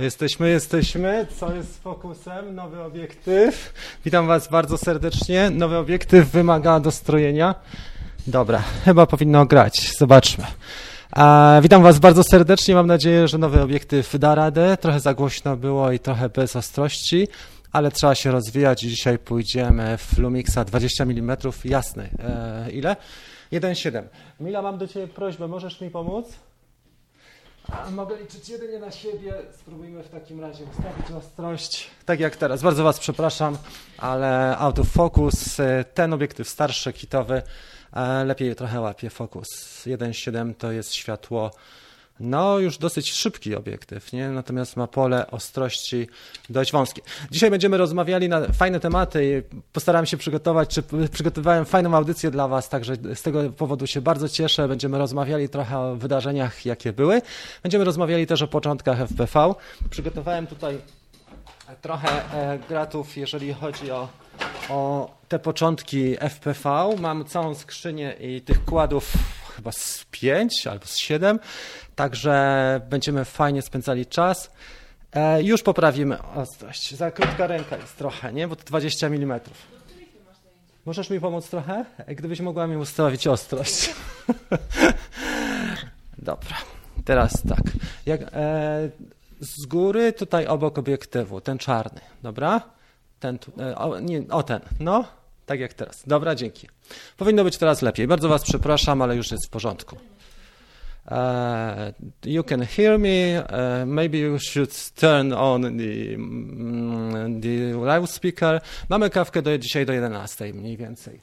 Jesteśmy. Co jest z fokusem? Nowy obiektyw. Witam Was bardzo serdecznie. Nowy obiektyw wymaga dostrojenia. Dobra, chyba powinno grać. Zobaczmy. Witam Was bardzo serdecznie. Mam nadzieję, że nowy obiektyw da radę. Trochę za głośno było i trochę bez ostrości, ale trzeba się rozwijać. Dzisiaj pójdziemy w Lumixa 20 mm. Jasny. Ile? 1,7. Mila, mam do Ciebie prośbę. Możesz mi pomóc? Mogę liczyć jedynie na siebie. Spróbujmy w takim razie ustawić ostrość. Tak jak teraz. Bardzo Was przepraszam, ale autofocus, ten obiektyw starszy, kitowy, lepiej trochę łapie fokus. 1,7 to jest światło, no już dosyć szybki obiektyw, nie? Natomiast ma pole ostrości dość wąskie. Dzisiaj będziemy rozmawiali na fajne tematy i postaram się przygotowałem fajną audycję dla Was, także z tego powodu się bardzo cieszę. Będziemy rozmawiali trochę o wydarzeniach, jakie były. Będziemy rozmawiali też o początkach FPV. Przygotowałem tutaj trochę gratów, jeżeli chodzi o te początki FPV. Mam całą skrzynię i tych kładów chyba z 5 albo z 7, także będziemy fajnie spędzali czas. Już poprawimy ostrość. Za krótka ręka jest trochę, nie? Bo to 20 mm. Możesz mi pomóc trochę? Gdybyś mogła mi ustawić ostrość. Dobra, teraz tak. Z góry tutaj obok obiektywu, ten czarny, dobra? Ten, ten, no, tak jak teraz. Dobra, dzięki. Powinno być teraz lepiej. Bardzo Was przepraszam, ale już jest w porządku. You can hear me. Maybe you should turn on the loudspeaker. Mamy kawkę dzisiaj do 11 mniej więcej.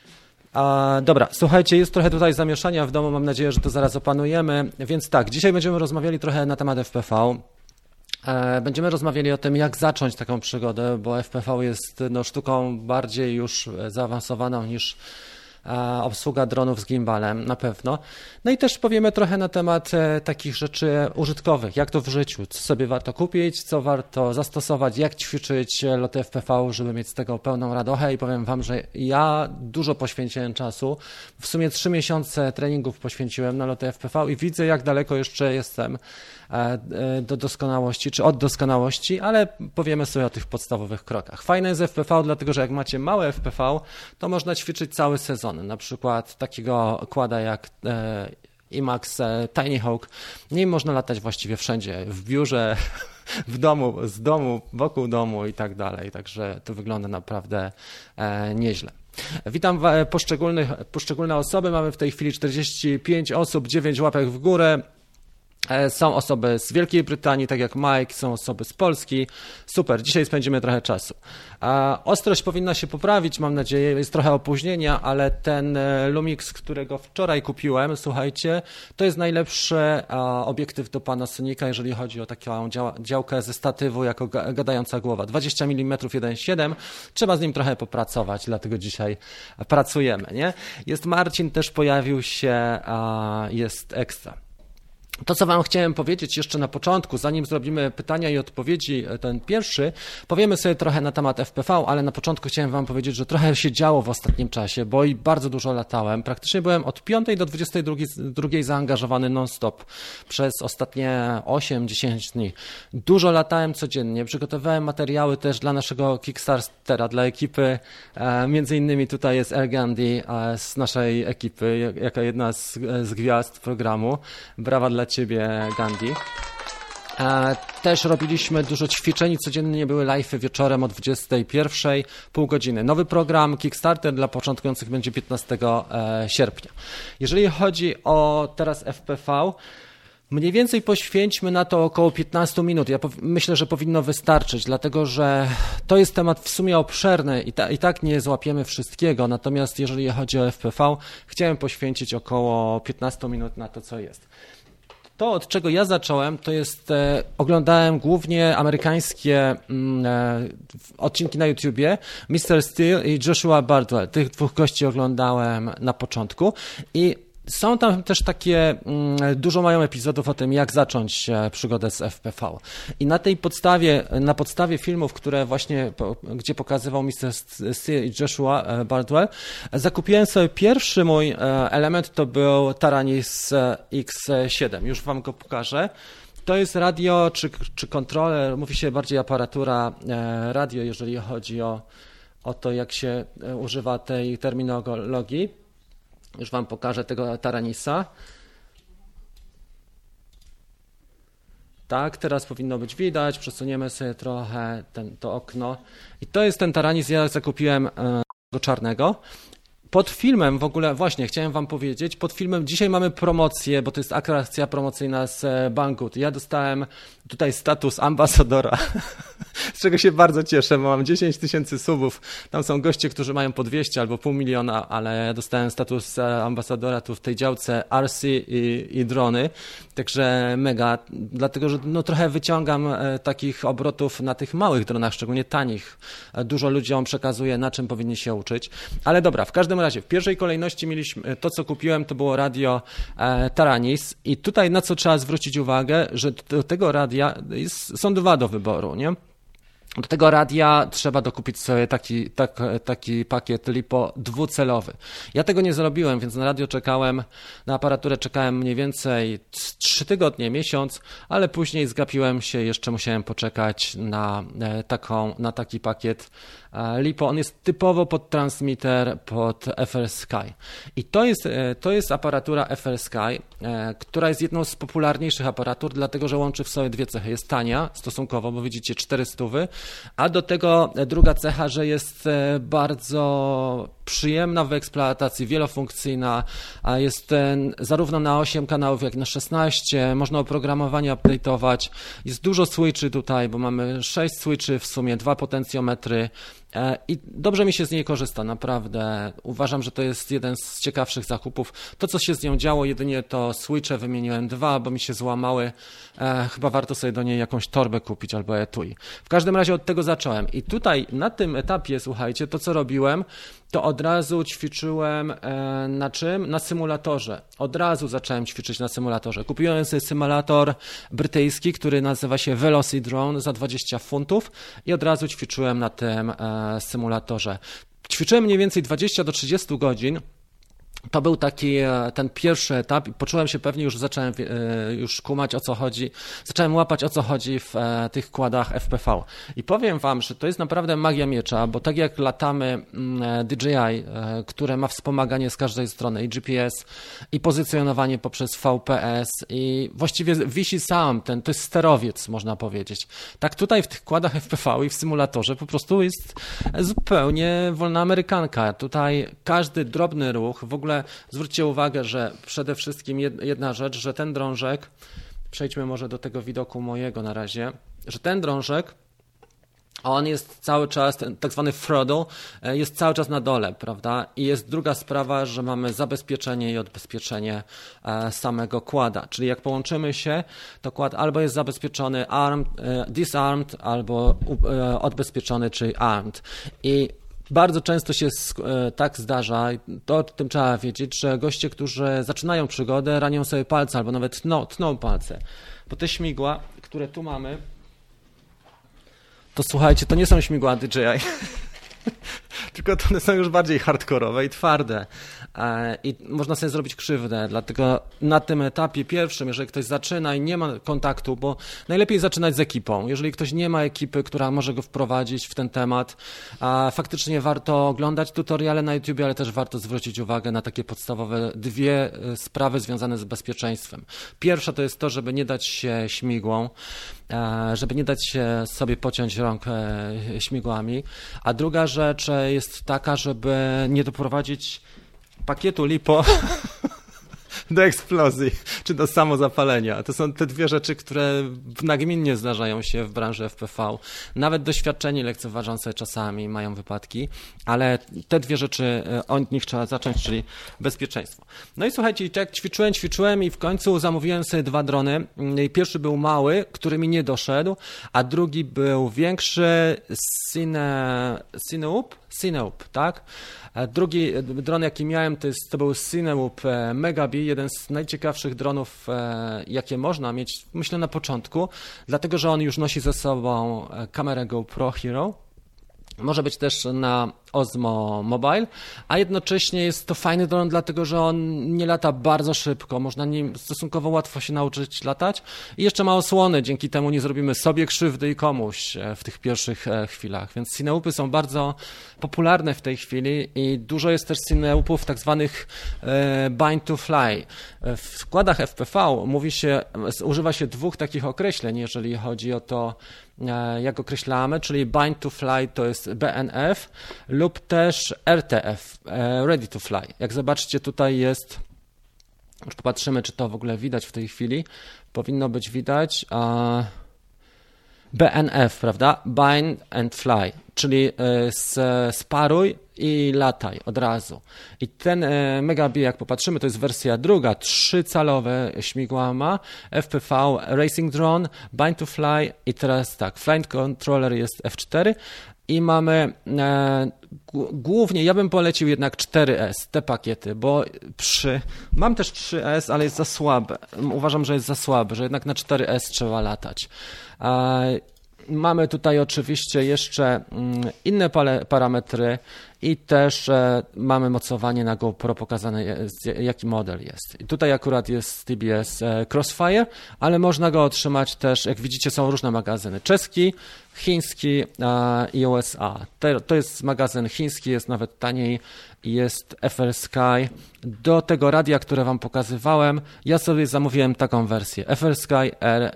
Dobra, słuchajcie, jest trochę tutaj zamieszania w domu. Mam nadzieję, że to zaraz opanujemy. Więc tak, dzisiaj będziemy rozmawiali trochę na temat FPV. Będziemy rozmawiali o tym, jak zacząć taką przygodę, bo FPV jest sztuką bardziej już zaawansowaną niż obsługa dronów z gimbalem, na pewno. No i też powiemy trochę na temat takich rzeczy użytkowych, jak to w życiu, co sobie warto kupić, co warto zastosować, jak ćwiczyć loty FPV, żeby mieć z tego pełną radochę i powiem Wam, że ja dużo poświęciłem czasu, w sumie 3 miesiące treningów poświęciłem na loty FPV i widzę, jak daleko jeszcze jestem do doskonałości, czy od doskonałości, ale powiemy sobie o tych podstawowych krokach. Fajne jest FPV, dlatego że jak macie małe FPV, to można ćwiczyć cały sezon, na przykład takiego kłada jak IMAX Tiny Hawk, nim można latać właściwie wszędzie, w biurze, w domu, z domu, wokół domu i tak dalej, także to wygląda naprawdę nieźle. Witam poszczególne osoby, mamy w tej chwili 45 osób, 9 łapek w górę. Są osoby z Wielkiej Brytanii, tak jak Mike, są osoby z Polski. Super, dzisiaj spędzimy trochę czasu. Ostrość powinna się poprawić, mam nadzieję, jest trochę opóźnienia, ale ten Lumix, którego wczoraj kupiłem, słuchajcie, to jest najlepszy obiektyw do Panasonica, jeżeli chodzi o taką działkę ze statywu jako gadająca głowa. 20 mm 1.7, trzeba z nim trochę popracować, dlatego dzisiaj pracujemy, nie? Jest Marcin, też pojawił się, jest ekstra. To, co Wam chciałem powiedzieć jeszcze na początku, zanim zrobimy pytania i odpowiedzi, ten pierwszy, powiemy sobie trochę na temat FPV, ale na początku chciałem Wam powiedzieć, że trochę się działo w ostatnim czasie, bo i bardzo dużo latałem. Praktycznie byłem od 5 do 22 zaangażowany non-stop przez ostatnie 8-10 dni. Dużo latałem codziennie, przygotowałem materiały też dla naszego Kickstartera, dla ekipy, między innymi tutaj jest Gandhi z naszej ekipy, jako jedna z gwiazd programu. Brawa dla Ciebie, Gandhi. Też robiliśmy dużo ćwiczeń, codziennie były live'y wieczorem o 21:00, pół godziny. Nowy program Kickstarter dla początkujących będzie 15 sierpnia. Jeżeli chodzi o teraz FPV, mniej więcej poświęćmy na to około 15 minut. Ja myślę, że powinno wystarczyć, dlatego że to jest temat w sumie obszerny i tak nie złapiemy wszystkiego. Natomiast jeżeli chodzi o FPV, chciałem poświęcić około 15 minut na to, co jest. To, od czego ja zacząłem, to jest, oglądałem głównie amerykańskie odcinki na YouTubie, Mr. Steele i Joshua Bardwell. Tych dwóch gości oglądałem na początku i są tam też takie, dużo mają epizodów o tym, jak zacząć przygodę z FPV. I na tej podstawie, na podstawie filmów, które właśnie, gdzie pokazywał Mr. Steele i Joshua Bardwell, zakupiłem sobie pierwszy mój element, to był Taranis X7. Już Wam go pokażę. to jest radio czy kontroler, mówi się bardziej aparatura radio, jeżeli chodzi o to, jak się używa tej terminologii. Już wam pokażę tego Taranisa. Tak, teraz powinno być widać, przesuniemy sobie trochę to okno. I to jest ten Taranis, ja zakupiłem go czarnego. Pod filmem w ogóle, właśnie chciałem wam powiedzieć, pod filmem dzisiaj mamy promocję, bo to jest akcja promocyjna z Banggood. Ja dostałem tutaj status ambasadora, z czego się bardzo cieszę, bo mam 10 000 subów. Tam są goście, którzy mają po 200 albo pół miliona, ale ja dostałem status ambasadora tu w tej działce RC i drony, także mega, dlatego że no, trochę wyciągam takich obrotów na tych małych dronach, szczególnie tanich. Dużo ludziom przekazuję, na czym powinni się uczyć, ale dobra, w każdym razie w pierwszej kolejności mieliśmy to, co kupiłem, to było radio Taranis i tutaj na co trzeba zwrócić uwagę, że do tego radia są dwa do wyboru, nie? Do tego radia trzeba dokupić sobie taki pakiet LiPo dwucelowy. Ja tego nie zrobiłem, więc na radio czekałem, na aparaturę czekałem mniej więcej 3 tygodnie, miesiąc, ale później zgapiłem się, jeszcze musiałem poczekać na taki pakiet LiPo. On jest typowo pod transmitter, pod FrSky. I to jest aparatura FrSky, która jest jedną z popularniejszych aparatur, dlatego że łączy w sobie dwie cechy. Jest tania stosunkowo, bo widzicie 400, a do tego druga cecha, że jest bardzo przyjemna w eksploatacji, wielofunkcyjna, a jest zarówno na 8 kanałów, jak i na 16. Można oprogramowanie update'ować. Jest dużo switchy tutaj, bo mamy 6 switchy w sumie, 2 potencjometry. I dobrze mi się z niej korzysta, naprawdę. Uważam, że to jest jeden z ciekawszych zakupów. To, co się z nią działo, jedynie to switche wymieniłem 2, bo mi się złamały. Chyba warto sobie do niej jakąś torbę kupić albo etui. W każdym razie od tego zacząłem. I tutaj na tym etapie, słuchajcie, to co robiłem, to od razu ćwiczyłem na czym? Na symulatorze. Od razu zacząłem ćwiczyć na symulatorze. Kupiłem sobie symulator brytyjski, który nazywa się Velocidrone za 20 funtów i od razu ćwiczyłem na tym symulatorze. Ćwiczyłem mniej więcej 20 do 30 godzin. To był taki ten pierwszy etap i poczułem się pewnie, już zacząłem już kumać, o co chodzi, zacząłem łapać, o co chodzi w tych kładach FPV. I powiem wam, że to jest naprawdę magia miecza, bo tak jak latamy DJI, które ma wspomaganie z każdej strony, i GPS, i pozycjonowanie poprzez VPS, i właściwie wisi sam, to jest sterowiec, można powiedzieć. Tak tutaj w tych kładach FPV i w symulatorze po prostu jest zupełnie wolna amerykanka. Tutaj każdy drobny ruch, w ogóle zwróćcie uwagę, że przede wszystkim jedna rzecz, że ten drążek, przejdźmy może do tego widoku mojego na razie, że ten drążek, on jest cały czas, ten tak zwany throttle, jest cały czas na dole, prawda? I jest druga sprawa, że mamy zabezpieczenie i odbezpieczenie samego kłada, czyli jak połączymy się, to kład albo jest zabezpieczony disarmed, albo odbezpieczony, czyli armed. I bardzo często się tak zdarza, to o tym trzeba wiedzieć, że goście, którzy zaczynają przygodę, ranią sobie palce albo nawet tną palce. Bo te śmigła, które tu mamy, to słuchajcie, to nie są śmigła DJI, tylko to one są już bardziej hardkorowe i twarde i można sobie zrobić krzywdę, dlatego na tym etapie pierwszym, jeżeli ktoś zaczyna i nie ma kontaktu, bo najlepiej zaczynać z ekipą, jeżeli ktoś nie ma ekipy, która może go wprowadzić w ten temat, faktycznie warto oglądać tutoriale na YouTube, ale też warto zwrócić uwagę na takie podstawowe dwie sprawy związane z bezpieczeństwem. Pierwsza to jest to, żeby nie dać się śmigłom, żeby nie dać się sobie pociąć rąk śmigłami, a druga rzecz jest taka, żeby nie doprowadzić pakietu LiPo do eksplozji, czy do samozapalenia. To są te dwie rzeczy, które nagminnie zdarzają się w branży FPV. Nawet doświadczeni lekceważące czasami mają wypadki, ale te dwie rzeczy, od nich trzeba zacząć, czyli bezpieczeństwo. No i słuchajcie, tak ćwiczyłem i w końcu zamówiłem sobie 2 drony. Pierwszy był mały, który mi nie doszedł, a drugi był większy, Cinewoop, tak? Drugi dron, jaki miałem, to był Cinewoop Megabee, jeden z najciekawszych dronów, jakie można mieć, myślę, na początku, dlatego że on już nosi ze sobą kamerę GoPro Hero Może być też na Osmo Mobile, a jednocześnie jest to fajny dron, dlatego że on nie lata bardzo szybko, można nim stosunkowo łatwo się nauczyć latać i jeszcze ma osłony, dzięki temu nie zrobimy sobie krzywdy i komuś w tych pierwszych chwilach, więc Cineupy są bardzo popularne w tej chwili i dużo jest też Cineupów tak zwanych bind to fly. W składach FPV używa się dwóch takich określeń, jeżeli chodzi o to, jak określamy, czyli bind to fly to jest BNF lub też RTF, ready to fly. Jak zobaczycie, tutaj jest, już popatrzymy, czy to w ogóle widać w tej chwili, powinno być widać BNF, prawda? Bind and fly, czyli sparuj i lataj od razu. I ten Megabee, jak popatrzymy, to jest wersja druga, 3-calowe śmigła ma, FPV, Racing Drone, Bind to Fly i teraz tak, Flight Controller jest F4 i mamy głównie, ja bym polecił jednak 4S, te pakiety, bo mam też 3S, ale jest za słabe. Uważam, że jest za słabe, że jednak na 4S trzeba latać. Mamy tutaj oczywiście jeszcze inne parametry i też mamy mocowanie na GoPro pokazane, jaki model jest. I tutaj akurat jest TBS Crossfire, ale można go otrzymać też, jak widzicie, są różne magazyny. Czeski, chiński i USA. To jest magazyn chiński, jest nawet taniej, jest FL Sky. Do tego radia, które wam pokazywałem, ja sobie zamówiłem taką wersję. FL Sky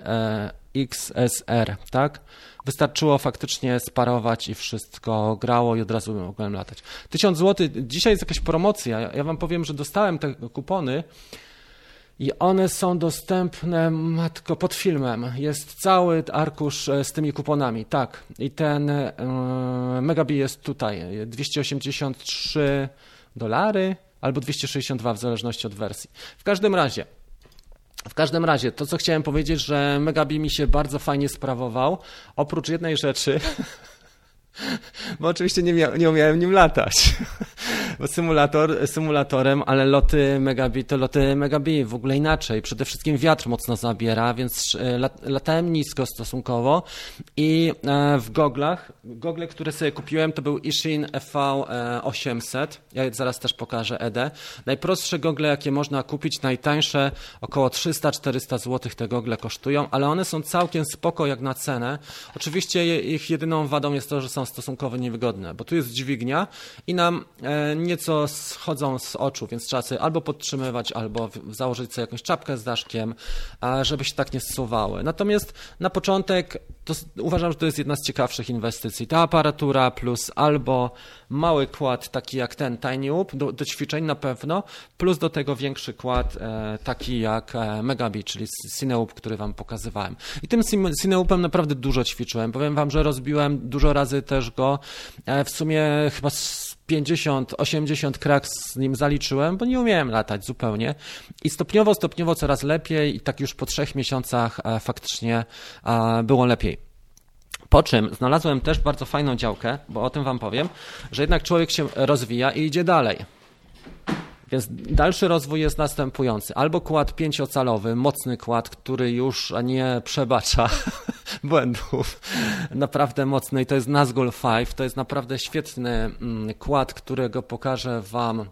XSR, tak? Wystarczyło faktycznie sparować i wszystko grało i od razu mogłem latać. 1000 zł, dzisiaj jest jakaś promocja, ja wam powiem, że dostałem te kupony i one są dostępne, matko, pod filmem. Jest cały arkusz z tymi kuponami, tak. I ten Megabee jest tutaj, $283 albo 262 w zależności od wersji. W każdym razie, to co chciałem powiedzieć, że Megabee mi się bardzo fajnie sprawował, oprócz jednej rzeczy, bo oczywiście nie umiałem nim latać, bo symulatorem, ale loty Megabee w ogóle inaczej, przede wszystkim wiatr mocno zabiera, więc latałem nisko stosunkowo i w gogle, które sobie kupiłem, to był Ishin FV800, ja zaraz też pokażę ED, najprostsze gogle, jakie można kupić, najtańsze, około 300-400 zł te gogle kosztują, ale one są całkiem spoko jak na cenę, oczywiście ich jedyną wadą jest to, że są stosunkowo niewygodne, bo tu jest dźwignia i nam nieco schodzą z oczu, więc trzeba sobie albo podtrzymywać, albo założyć sobie jakąś czapkę z daszkiem, żeby się tak nie zsuwały. Natomiast na początek uważam, że to jest jedna z ciekawszych inwestycji. Ta aparatura plus albo mały kład, taki jak ten TinyUp, do ćwiczeń na pewno, plus do tego większy kład, taki jak Megabee, czyli Cineup, który wam pokazywałem. I tym Cineupem naprawdę dużo ćwiczyłem. Powiem wam, że rozbiłem dużo razy też go, w sumie chyba 50-80 krak z nim zaliczyłem, bo nie umiałem latać zupełnie i stopniowo coraz lepiej i tak już po 3 miesiącach faktycznie było lepiej. Po czym znalazłem też bardzo fajną działkę, bo o tym wam powiem, że jednak człowiek się rozwija i idzie dalej. Więc dalszy rozwój jest następujący. Albo kład 5-calowy, mocny kład, który już nie przebacza błędów. Naprawdę mocny i to jest Nazgul 5. To jest naprawdę świetny kład, którego pokażę wam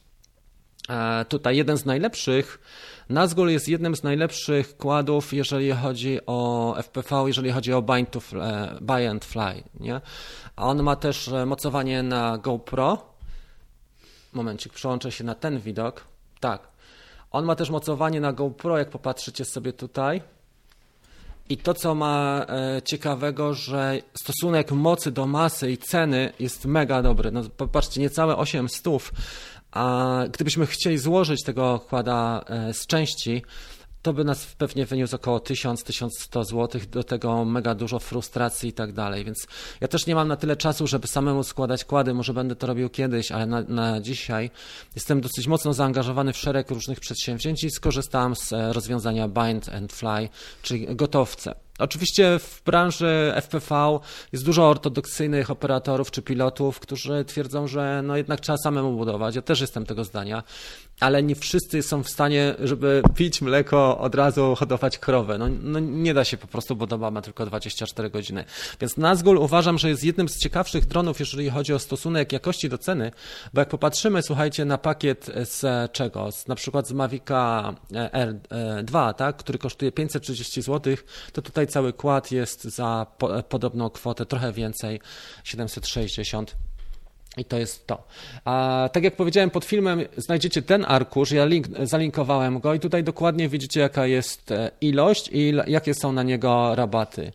tutaj. Jeden z najlepszych. Nazgul jest jednym z najlepszych kładów, jeżeli chodzi o FPV, jeżeli chodzi o bind and fly. Nie? A on ma też mocowanie na GoPro. Momencik, przełączę się na ten widok. Tak. On ma też mocowanie na GoPro, jak popatrzycie sobie tutaj. I to, co ma ciekawego, że stosunek mocy do masy i ceny jest mega dobry. No, popatrzcie, niecałe 800, a gdybyśmy chcieli złożyć tego kłada z części, to by nas pewnie wyniósł około 1000-1100 zł, do tego mega dużo frustracji i tak dalej, więc ja też nie mam na tyle czasu, żeby samemu składać kłady, może będę to robił kiedyś, ale na dzisiaj jestem dosyć mocno zaangażowany w szereg różnych przedsięwzięć i skorzystałem z rozwiązania Bind and Fly, czyli gotowce. Oczywiście w branży FPV jest dużo ortodoksyjnych operatorów czy pilotów, którzy twierdzą, że no jednak trzeba samemu budować. Ja też jestem tego zdania, ale nie wszyscy są w stanie, żeby pić mleko, od razu hodować krowę. No nie da się po prostu, bo doba ma tylko 24 godziny. Więc Nazgul uważam, że jest jednym z ciekawszych dronów, jeżeli chodzi o stosunek jakości do ceny, bo jak popatrzymy, słuchajcie, na pakiet z czego? Na przykład z Mavica R2, tak, który kosztuje 530 zł, to tutaj cały kład jest za podobną kwotę, trochę więcej, 760. I to jest to. A tak jak powiedziałem, pod filmem znajdziecie ten arkusz, ja zalinkowałem go i tutaj dokładnie widzicie, jaka jest ilość i jakie są na niego rabaty.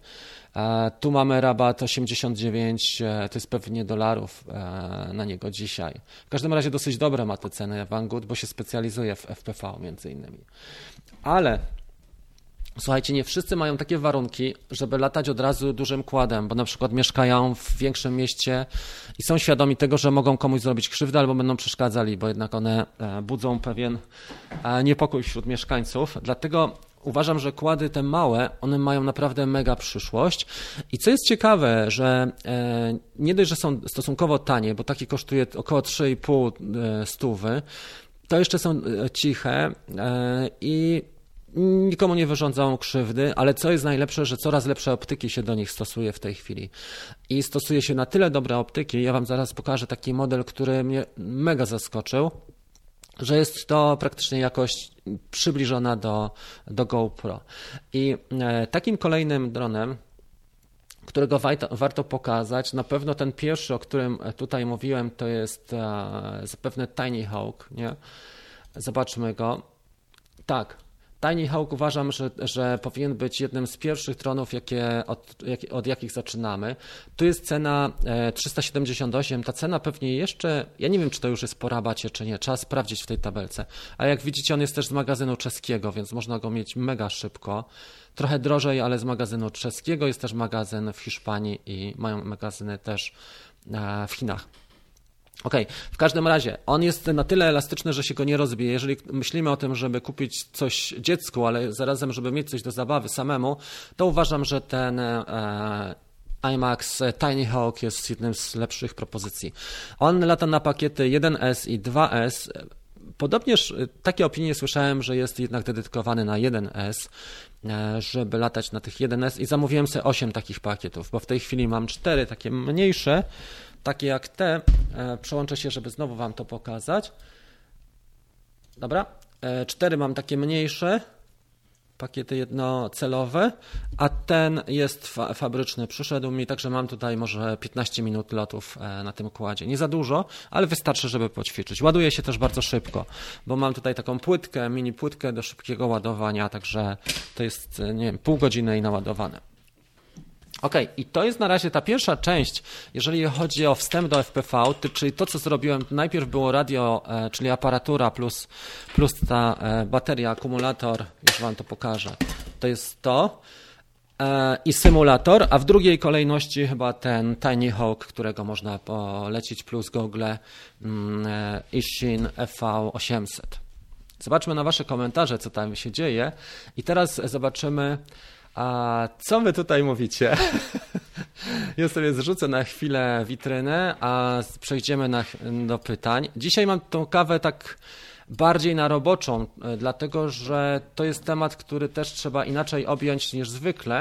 Tu mamy rabat 89, to jest pewnie dolarów na niego dzisiaj. W każdym razie dosyć dobre ma te ceny Banggood, bo się specjalizuje w FPV między innymi. Ale słuchajcie, nie wszyscy mają takie warunki, żeby latać od razu dużym kładem, bo na przykład mieszkają w większym mieście i są świadomi tego, że mogą komuś zrobić krzywdę albo będą przeszkadzali, bo jednak one budzą pewien niepokój wśród mieszkańców. Dlatego uważam, że kłady te małe, one mają naprawdę mega przyszłość. I co jest ciekawe, że nie dość, że są stosunkowo tanie, bo taki kosztuje około 3,5 stówy, to jeszcze są ciche i nikomu nie wyrządzą krzywdy, ale co jest najlepsze, że coraz lepsze optyki się do nich stosuje w tej chwili. I stosuje się na tyle dobre optyki, ja wam zaraz pokażę taki model, który mnie mega zaskoczył, że jest to praktycznie jakość przybliżona do GoPro. I takim kolejnym dronem, którego warto pokazać, na pewno ten pierwszy, o którym tutaj mówiłem, to jest zapewne Tiny Hawk, nie? Zobaczmy go. Tak. Tiny Hawk uważam, że powinien być jednym z pierwszych dronów, od jakich zaczynamy. Tu jest cena 378, ta cena pewnie jeszcze, ja nie wiem, czy to już jest po rabacie, czy nie, trzeba sprawdzić w tej tabelce. A jak widzicie, on jest też z magazynu czeskiego, więc można go mieć mega szybko. Trochę drożej, ale z magazynu czeskiego, jest też magazyn w Hiszpanii i mają magazyny też w Chinach. Okej, w każdym razie, on jest na tyle elastyczny, że się go nie rozbije. Jeżeli myślimy o tym, żeby kupić coś dziecku, ale zarazem, żeby mieć coś do zabawy samemu, to uważam, że ten IMAX Tiny Hawk jest jednym z lepszych propozycji. On lata na pakiety 1S i 2S. Podobnież takie opinie słyszałem, że jest jednak dedykowany na 1S, żeby latać na tych 1S i zamówiłem sobie 8 takich pakietów, bo w tej chwili mam 4 takie mniejsze, takie jak te. Przełączę się, żeby znowu wam to pokazać. Dobra, 4 mam takie mniejsze, pakiety jednocelowe, a ten jest fabryczny, przyszedł mi, także mam tutaj może 15 minut lotów na tym kładzie. Nie za dużo, ale wystarczy, żeby poćwiczyć. Ładuje się też bardzo szybko, bo mam tutaj taką płytkę, mini płytkę do szybkiego ładowania, także to jest, nie wiem, pół godziny i naładowane. Okej, i to jest na razie ta pierwsza część, jeżeli chodzi o wstęp do FPV, czyli to, co zrobiłem. Najpierw było radio, czyli aparatura plus ta bateria, akumulator, już wam to pokażę. To jest to i symulator, a w drugiej kolejności chyba ten Tiny Hawk, którego można polecić, plus gogle Ishin FV800. Zobaczmy na wasze komentarze, co tam się dzieje i teraz zobaczymy, a co wy tutaj mówicie? Ja sobie zrzucę na chwilę witrynę, a przejdziemy do pytań. Dzisiaj mam tą kawę tak bardziej na roboczą, dlatego że to jest temat, który też trzeba inaczej objąć niż zwykle.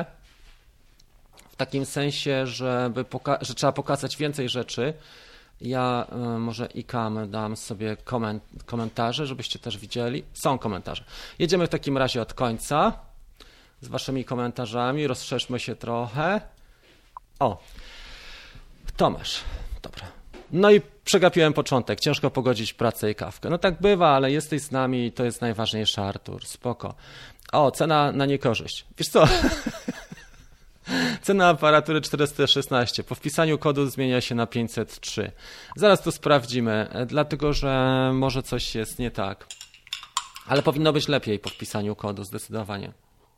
W takim sensie, że trzeba pokazać więcej rzeczy. Ja może IKAM dam sobie komentarze, żebyście też widzieli. Są komentarze. Jedziemy w takim razie od końca z waszymi komentarzami, rozszerzmy się trochę. O, Tomasz, dobra. No i przegapiłem początek, ciężko pogodzić pracę i kawkę. No tak bywa, ale jesteś z nami i to jest najważniejsze, Artur, spoko. O, cena na niekorzyść. Wiesz co? Cena aparatury 416. Po wpisaniu kodu zmienia się na 503. Zaraz to sprawdzimy, dlatego że może coś jest nie tak. Ale powinno być lepiej po wpisaniu kodu, zdecydowanie.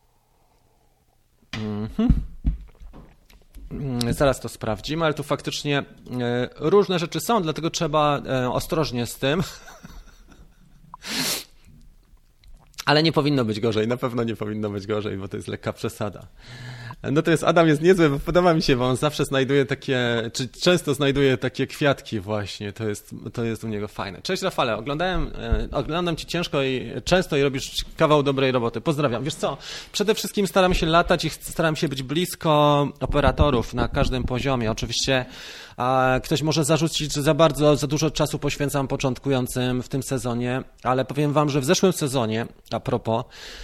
Zaraz to sprawdzimy, ale tu faktycznie różne rzeczy są, dlatego trzeba ostrożnie z tym. Ale nie powinno być gorzej, na pewno nie powinno być gorzej, bo to jest lekka przesada. No to jest, Adam jest niezły, bo podoba mi się, bo on zawsze znajduje takie, czy często znajduje takie kwiatki właśnie, to jest u niego fajne. Cześć Rafale, oglądam Cię ciężko i często i robisz kawał dobrej roboty. Pozdrawiam. Wiesz co, przede wszystkim staram się latać i staram się być blisko operatorów na każdym poziomie. Oczywiście ktoś może zarzucić, że za dużo czasu poświęcam początkującym w tym sezonie, ale powiem Wam, że w zeszłym sezonie, a propos,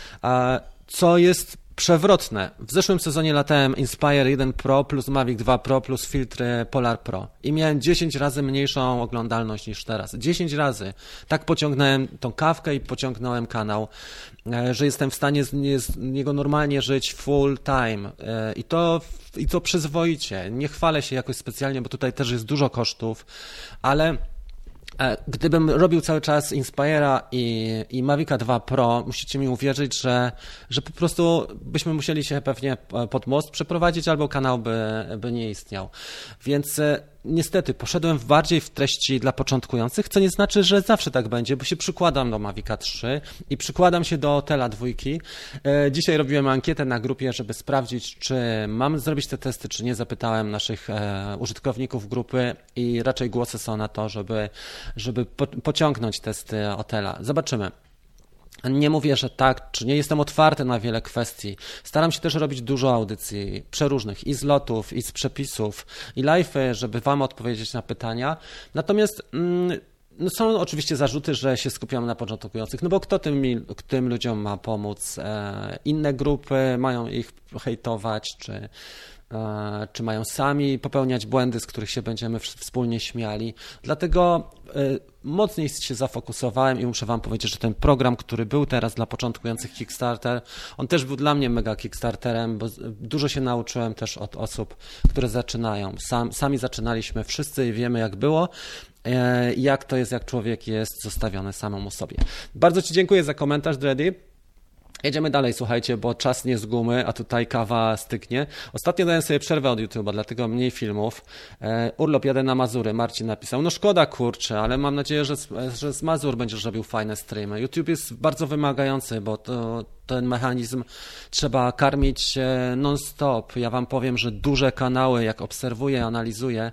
co jest przewrotne. W zeszłym sezonie latałem Inspire 1 Pro plus Mavic 2 Pro plus filtry Polar Pro i miałem 10 razy mniejszą oglądalność niż teraz. 10 razy. Tak pociągnąłem tą kawkę i pociągnąłem kanał, że jestem w stanie z niego normalnie żyć full time i to przyzwoicie. Nie chwalę się jakoś specjalnie, bo tutaj też jest dużo kosztów, ale gdybym robił cały czas Inspire'a i Mavica 2 Pro, musicie mi uwierzyć, że po prostu byśmy musieli się pewnie pod most przeprowadzić, albo kanał by nie istniał. Więc niestety poszedłem bardziej w treści dla początkujących, co nie znaczy, że zawsze tak będzie, bo się przykładam do Mavica 3 i przykładam się do Tela 2. Dzisiaj robiłem ankietę na grupie, żeby sprawdzić, czy mam zrobić te testy, czy nie. Zapytałem naszych użytkowników grupy i raczej głosy są na to, żeby pociągnąć testy Otela. Zobaczymy. Nie mówię, że tak, czy nie, jestem otwarty na wiele kwestii. Staram się też robić dużo audycji przeróżnych i z lotów, i z przepisów, i live'y, żeby Wam odpowiedzieć na pytania. Natomiast no są oczywiście zarzuty, że się skupiam na początkujących, no bo kto tym ludziom ma pomóc? Inne grupy mają ich hejtować, czy mają sami popełniać błędy, z których się będziemy wspólnie śmiali. Dlatego mocniej się zafokusowałem i muszę Wam powiedzieć, że ten program, który był teraz dla początkujących Kickstarter, on też był dla mnie mega Kickstarterem, bo dużo się nauczyłem też od osób, które zaczynają. Sami zaczynaliśmy wszyscy i wiemy, jak było, jak to jest, jak człowiek jest zostawiony samemu sobie. Bardzo Ci dziękuję za komentarz, Dreddy. Jedziemy dalej, słuchajcie, bo czas nie z gumy, a tutaj kawa styknie. Ostatnio dałem sobie przerwę od YouTube'a, dlatego mniej filmów. Urlop, jadę na Mazury, Marcin napisał. No szkoda, kurczę, ale mam nadzieję, że z Mazur będziesz robił fajne streamy. YouTube jest bardzo wymagający, bo ten mechanizm trzeba karmić non-stop. Ja Wam powiem, że duże kanały, jak obserwuję, analizuję,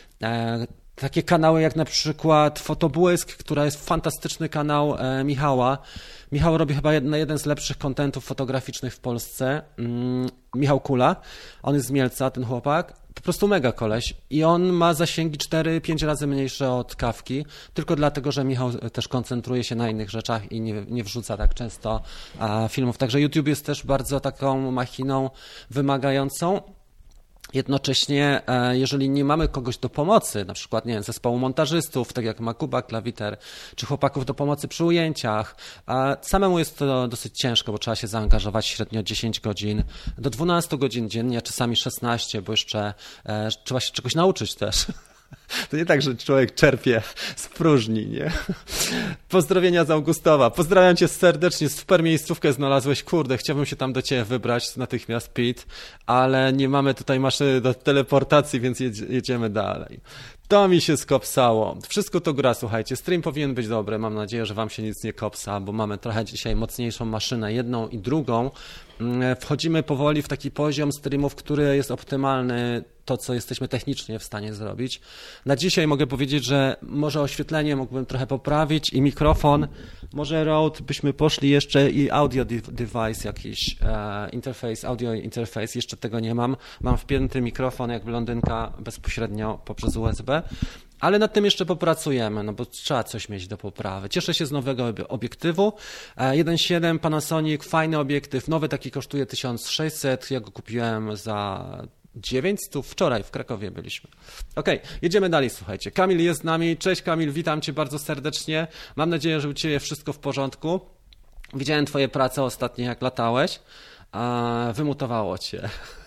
takie kanały jak na przykład Fotobłysk, która jest fantastyczny kanał Michała. Michał robi chyba jeden z lepszych kontentów fotograficznych w Polsce. Michał Kula, on jest z Mielca, ten chłopak. Po prostu mega koleś i on ma zasięgi 4-5 razy mniejsze od Kawki, tylko dlatego, że Michał też koncentruje się na innych rzeczach i nie wrzuca tak często filmów. Także YouTube jest też bardzo taką machiną wymagającą. Jednocześnie, jeżeli nie mamy kogoś do pomocy, na przykład nie wiem, zespołu montażystów, tak jak Makuba, Klawiter, czy chłopaków do pomocy przy ujęciach, samemu jest to dosyć ciężko, bo trzeba się zaangażować średnio 10 godzin do 12 godzin dziennie, czasami 16, bo jeszcze trzeba się czegoś nauczyć też. To nie tak, że człowiek czerpie z próżni, nie? Pozdrowienia z Augustowa. Pozdrawiam Cię serdecznie, super miejscówkę znalazłeś. Kurde, chciałbym się tam do Ciebie wybrać natychmiast, Pete, ale nie mamy tutaj maszyny do teleportacji, więc jedziemy dalej. To mi się skopsało. Wszystko to gra, słuchajcie. Stream powinien być dobry. Mam nadzieję, że Wam się nic nie kopsa, bo mamy trochę dzisiaj mocniejszą maszynę, jedną i drugą. Wchodzimy powoli w taki poziom streamów, który jest optymalny, to co jesteśmy technicznie w stanie zrobić. Na dzisiaj mogę powiedzieć, że może oświetlenie mógłbym trochę poprawić i mikrofon, może Rode byśmy poszli jeszcze i audio device jakiś, interface, audio interface, jeszcze tego nie mam. Mam wpięty mikrofon jak blondynka bezpośrednio poprzez USB. Ale nad tym jeszcze popracujemy, no bo trzeba coś mieć do poprawy. Cieszę się z nowego obiektywu. 1.7 Panasonic, fajny obiektyw, nowy taki kosztuje 1600, ja go kupiłem za 900, wczoraj w Krakowie byliśmy. Okej, jedziemy dalej, słuchajcie. Kamil jest z nami. Cześć Kamil, witam Cię bardzo serdecznie. Mam nadzieję, że u Ciebie wszystko w porządku. Widziałem Twoje prace ostatnio, jak latałeś, a wymutowało Cię.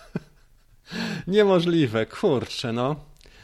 Niemożliwe, kurczę, no.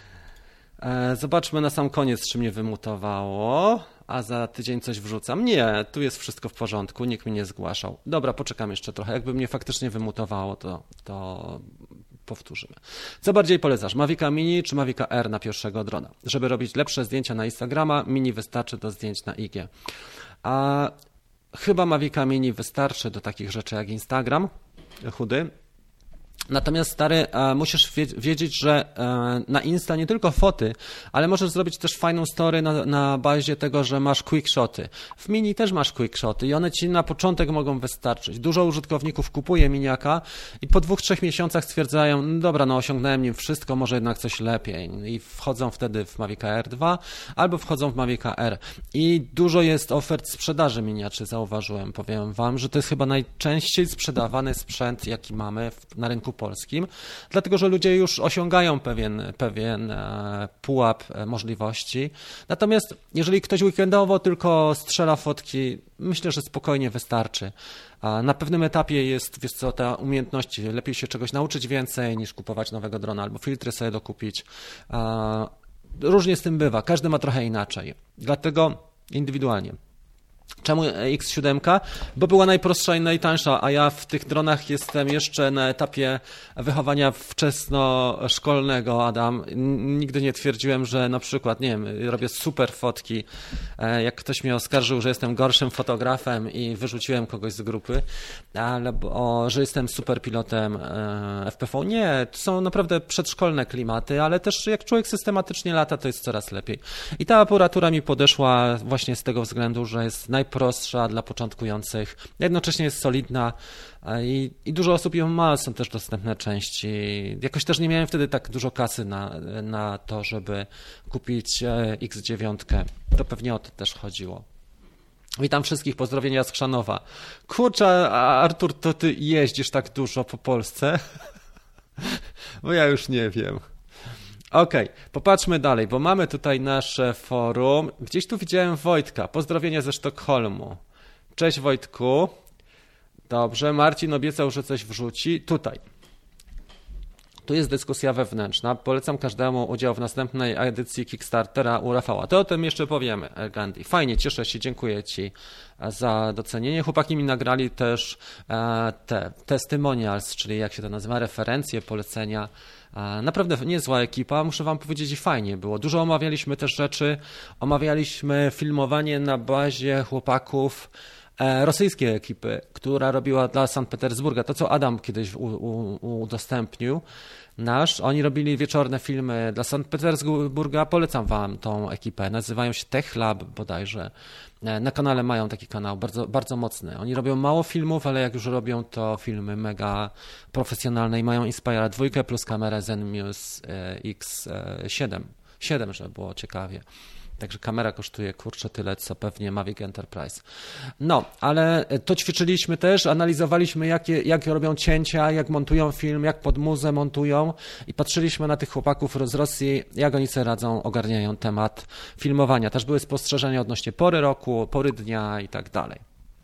Zobaczmy na sam koniec, czy mnie wymutowało, a za tydzień coś wrzucam. Nie, tu jest wszystko w porządku, nikt mnie nie zgłaszał. Dobra, poczekam jeszcze trochę. Jakby mnie faktycznie wymutowało, to powtórzymy. Co bardziej polecasz, Mavica Mini czy Mavica R na pierwszego drona? Żeby robić lepsze zdjęcia na Instagrama, Mini wystarczy do zdjęć na IG. chyba Mavica Mini wystarczy do takich rzeczy jak Instagram, chudy. Natomiast stary, musisz wiedzieć, że na Insta nie tylko foty, ale możesz zrobić też fajną story na bazie tego, że masz quickshoty. W Mini też masz quickshoty i one ci na początek mogą wystarczyć. Dużo użytkowników kupuje miniaka i po 2-3 miesiącach stwierdzają, no dobra, no osiągnąłem nim wszystko, może jednak coś lepiej i wchodzą wtedy w Mavica R2 albo wchodzą w Mavica R. I dużo jest ofert sprzedaży miniaczy, zauważyłem, powiem wam, że to jest chyba najczęściej sprzedawany sprzęt, jaki mamy na rynku polskim, dlatego że ludzie już osiągają pewien pułap możliwości. Natomiast jeżeli ktoś weekendowo tylko strzela fotki, myślę, że spokojnie wystarczy. Na pewnym etapie jest, wiesz co, ta umiejętność, lepiej się czegoś nauczyć więcej niż kupować nowego drona albo filtry sobie dokupić. Różnie z tym bywa, każdy ma trochę inaczej, dlatego indywidualnie. Czemu X7? Bo była najprostsza i najtańsza, a ja w tych dronach jestem jeszcze na etapie wychowania wczesnoszkolnego, Adam. Nigdy nie twierdziłem, że na przykład, nie wiem, robię super fotki, jak ktoś mnie oskarżył, że jestem gorszym fotografem i wyrzuciłem kogoś z grupy, albo że jestem super pilotem FPV. Nie, to są naprawdę przedszkolne klimaty, ale też jak człowiek systematycznie lata, to jest coraz lepiej. I ta aparatura mi podeszła właśnie z tego względu, że jest najprostsza dla początkujących, jednocześnie jest solidna i dużo osób ją ma, są też dostępne części. Jakoś też nie miałem wtedy tak dużo kasy na to, żeby kupić X9. To pewnie o to też chodziło. Witam wszystkich, pozdrowienia z Chrzanowa. Kurczę, Artur, to ty jeździsz tak dużo po Polsce? Bo ja już nie wiem. Okej, popatrzmy dalej, bo mamy tutaj nasze forum. Gdzieś tu widziałem Wojtka. Pozdrowienia ze Sztokholmu. Cześć Wojtku. Dobrze, Marcin obiecał, że coś wrzuci. Tutaj. Tu jest dyskusja wewnętrzna. Polecam każdemu udział w następnej edycji Kickstartera u Rafała. To o tym jeszcze powiemy, Gandhi. Fajnie, cieszę się, dziękuję ci za docenienie. Chłopaki mi nagrali też te testimonials, czyli jak się to nazywa, referencje, polecenia. Naprawdę niezła ekipa, muszę wam powiedzieć, i fajnie było. Dużo omawialiśmy też rzeczy, omawialiśmy filmowanie na bazie chłopaków rosyjskiej ekipy, która robiła dla Sankt Petersburga, to co Adam kiedyś udostępnił oni robili wieczorne filmy dla Sankt Petersburga, polecam wam tą ekipę, nazywają się Tech Lab bodajże, na kanale mają taki kanał, bardzo, bardzo mocny, oni robią mało filmów, ale jak już robią, to filmy mega profesjonalne i mają Inspira 2 plus kamerę Zenmuse X7, żeby było ciekawie. Także kamera kosztuje, kurczę, tyle, co pewnie Mavic Enterprise. No, ale to ćwiczyliśmy też, analizowaliśmy, jak robią cięcia, jak montują film, jak pod muzę montują i patrzyliśmy na tych chłopaków z Rosji, jak oni sobie radzą, ogarniają temat filmowania. Też były spostrzeżenia odnośnie pory roku, pory dnia i tak dalej.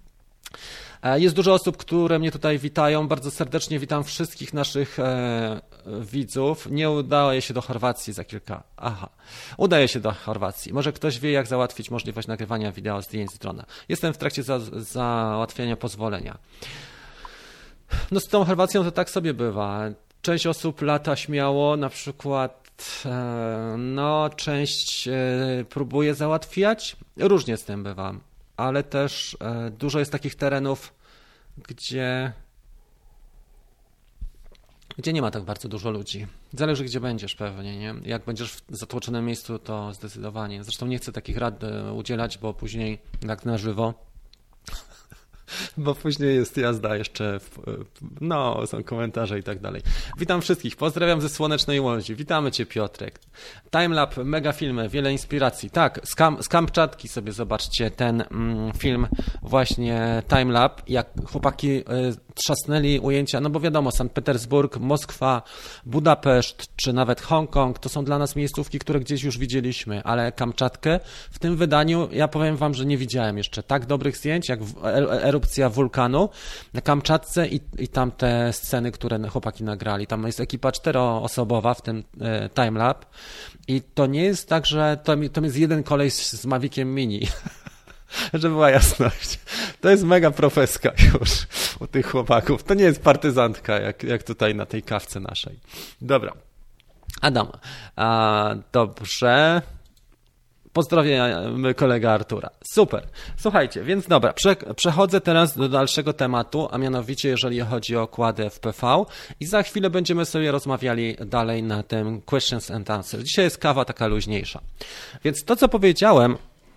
Jest dużo osób, które mnie tutaj witają. Bardzo serdecznie witam wszystkich naszych widzów. Nie udaje się do Chorwacji za kilka... udaje się do Chorwacji. Może ktoś wie, jak załatwić możliwość nagrywania wideo zdjęć z drona. Jestem w trakcie załatwiania pozwolenia. No z tą Chorwacją to tak sobie bywa. Część osób lata śmiało, na przykład część próbuje załatwiać. Różnie z tym bywa. Ale też dużo jest takich terenów, gdzie nie ma tak bardzo dużo ludzi. Zależy, gdzie będziesz pewnie, nie? Jak będziesz w zatłoczonym miejscu, to zdecydowanie. Zresztą nie chcę takich rad udzielać, bo później jak na żywo, bo później jest jazda jeszcze, są komentarze i tak dalej. Witam wszystkich, pozdrawiam ze słonecznej Łodzi. Witamy cię, Piotrek. Timelap, mega filmy, wiele inspiracji. Tak, z Kamczatki sobie zobaczcie ten film, właśnie Timelap, jak chłopaki trzasnęli ujęcia, no bo wiadomo, Sankt Petersburg, Moskwa, Budapeszt, czy nawet Hongkong, to są dla nas miejscówki, które gdzieś już widzieliśmy, ale Kamczatkę w tym wydaniu, ja powiem wam, że nie widziałem jeszcze tak dobrych zdjęć, jak erupcja wulkanu na Kamczatce i tam te sceny, które chłopaki nagrali. Tam jest ekipa 4-osobowa w tym timelap i to nie jest tak, że to jest jeden koleś z Maviciem Mini, żeby była jasność. To jest mega profeska już u tych chłopaków. To nie jest partyzantka, jak tutaj na tej kawce naszej. Dobra. Adam, dobrze. Pozdrawiamy kolegę Artura. Super. Słuchajcie, więc dobra, przechodzę teraz do dalszego tematu, a mianowicie jeżeli chodzi o kłady FPV i za chwilę będziemy sobie rozmawiali dalej na tym questions and answers. Dzisiaj jest kawa taka luźniejsza. Więc to, co powiedziałem,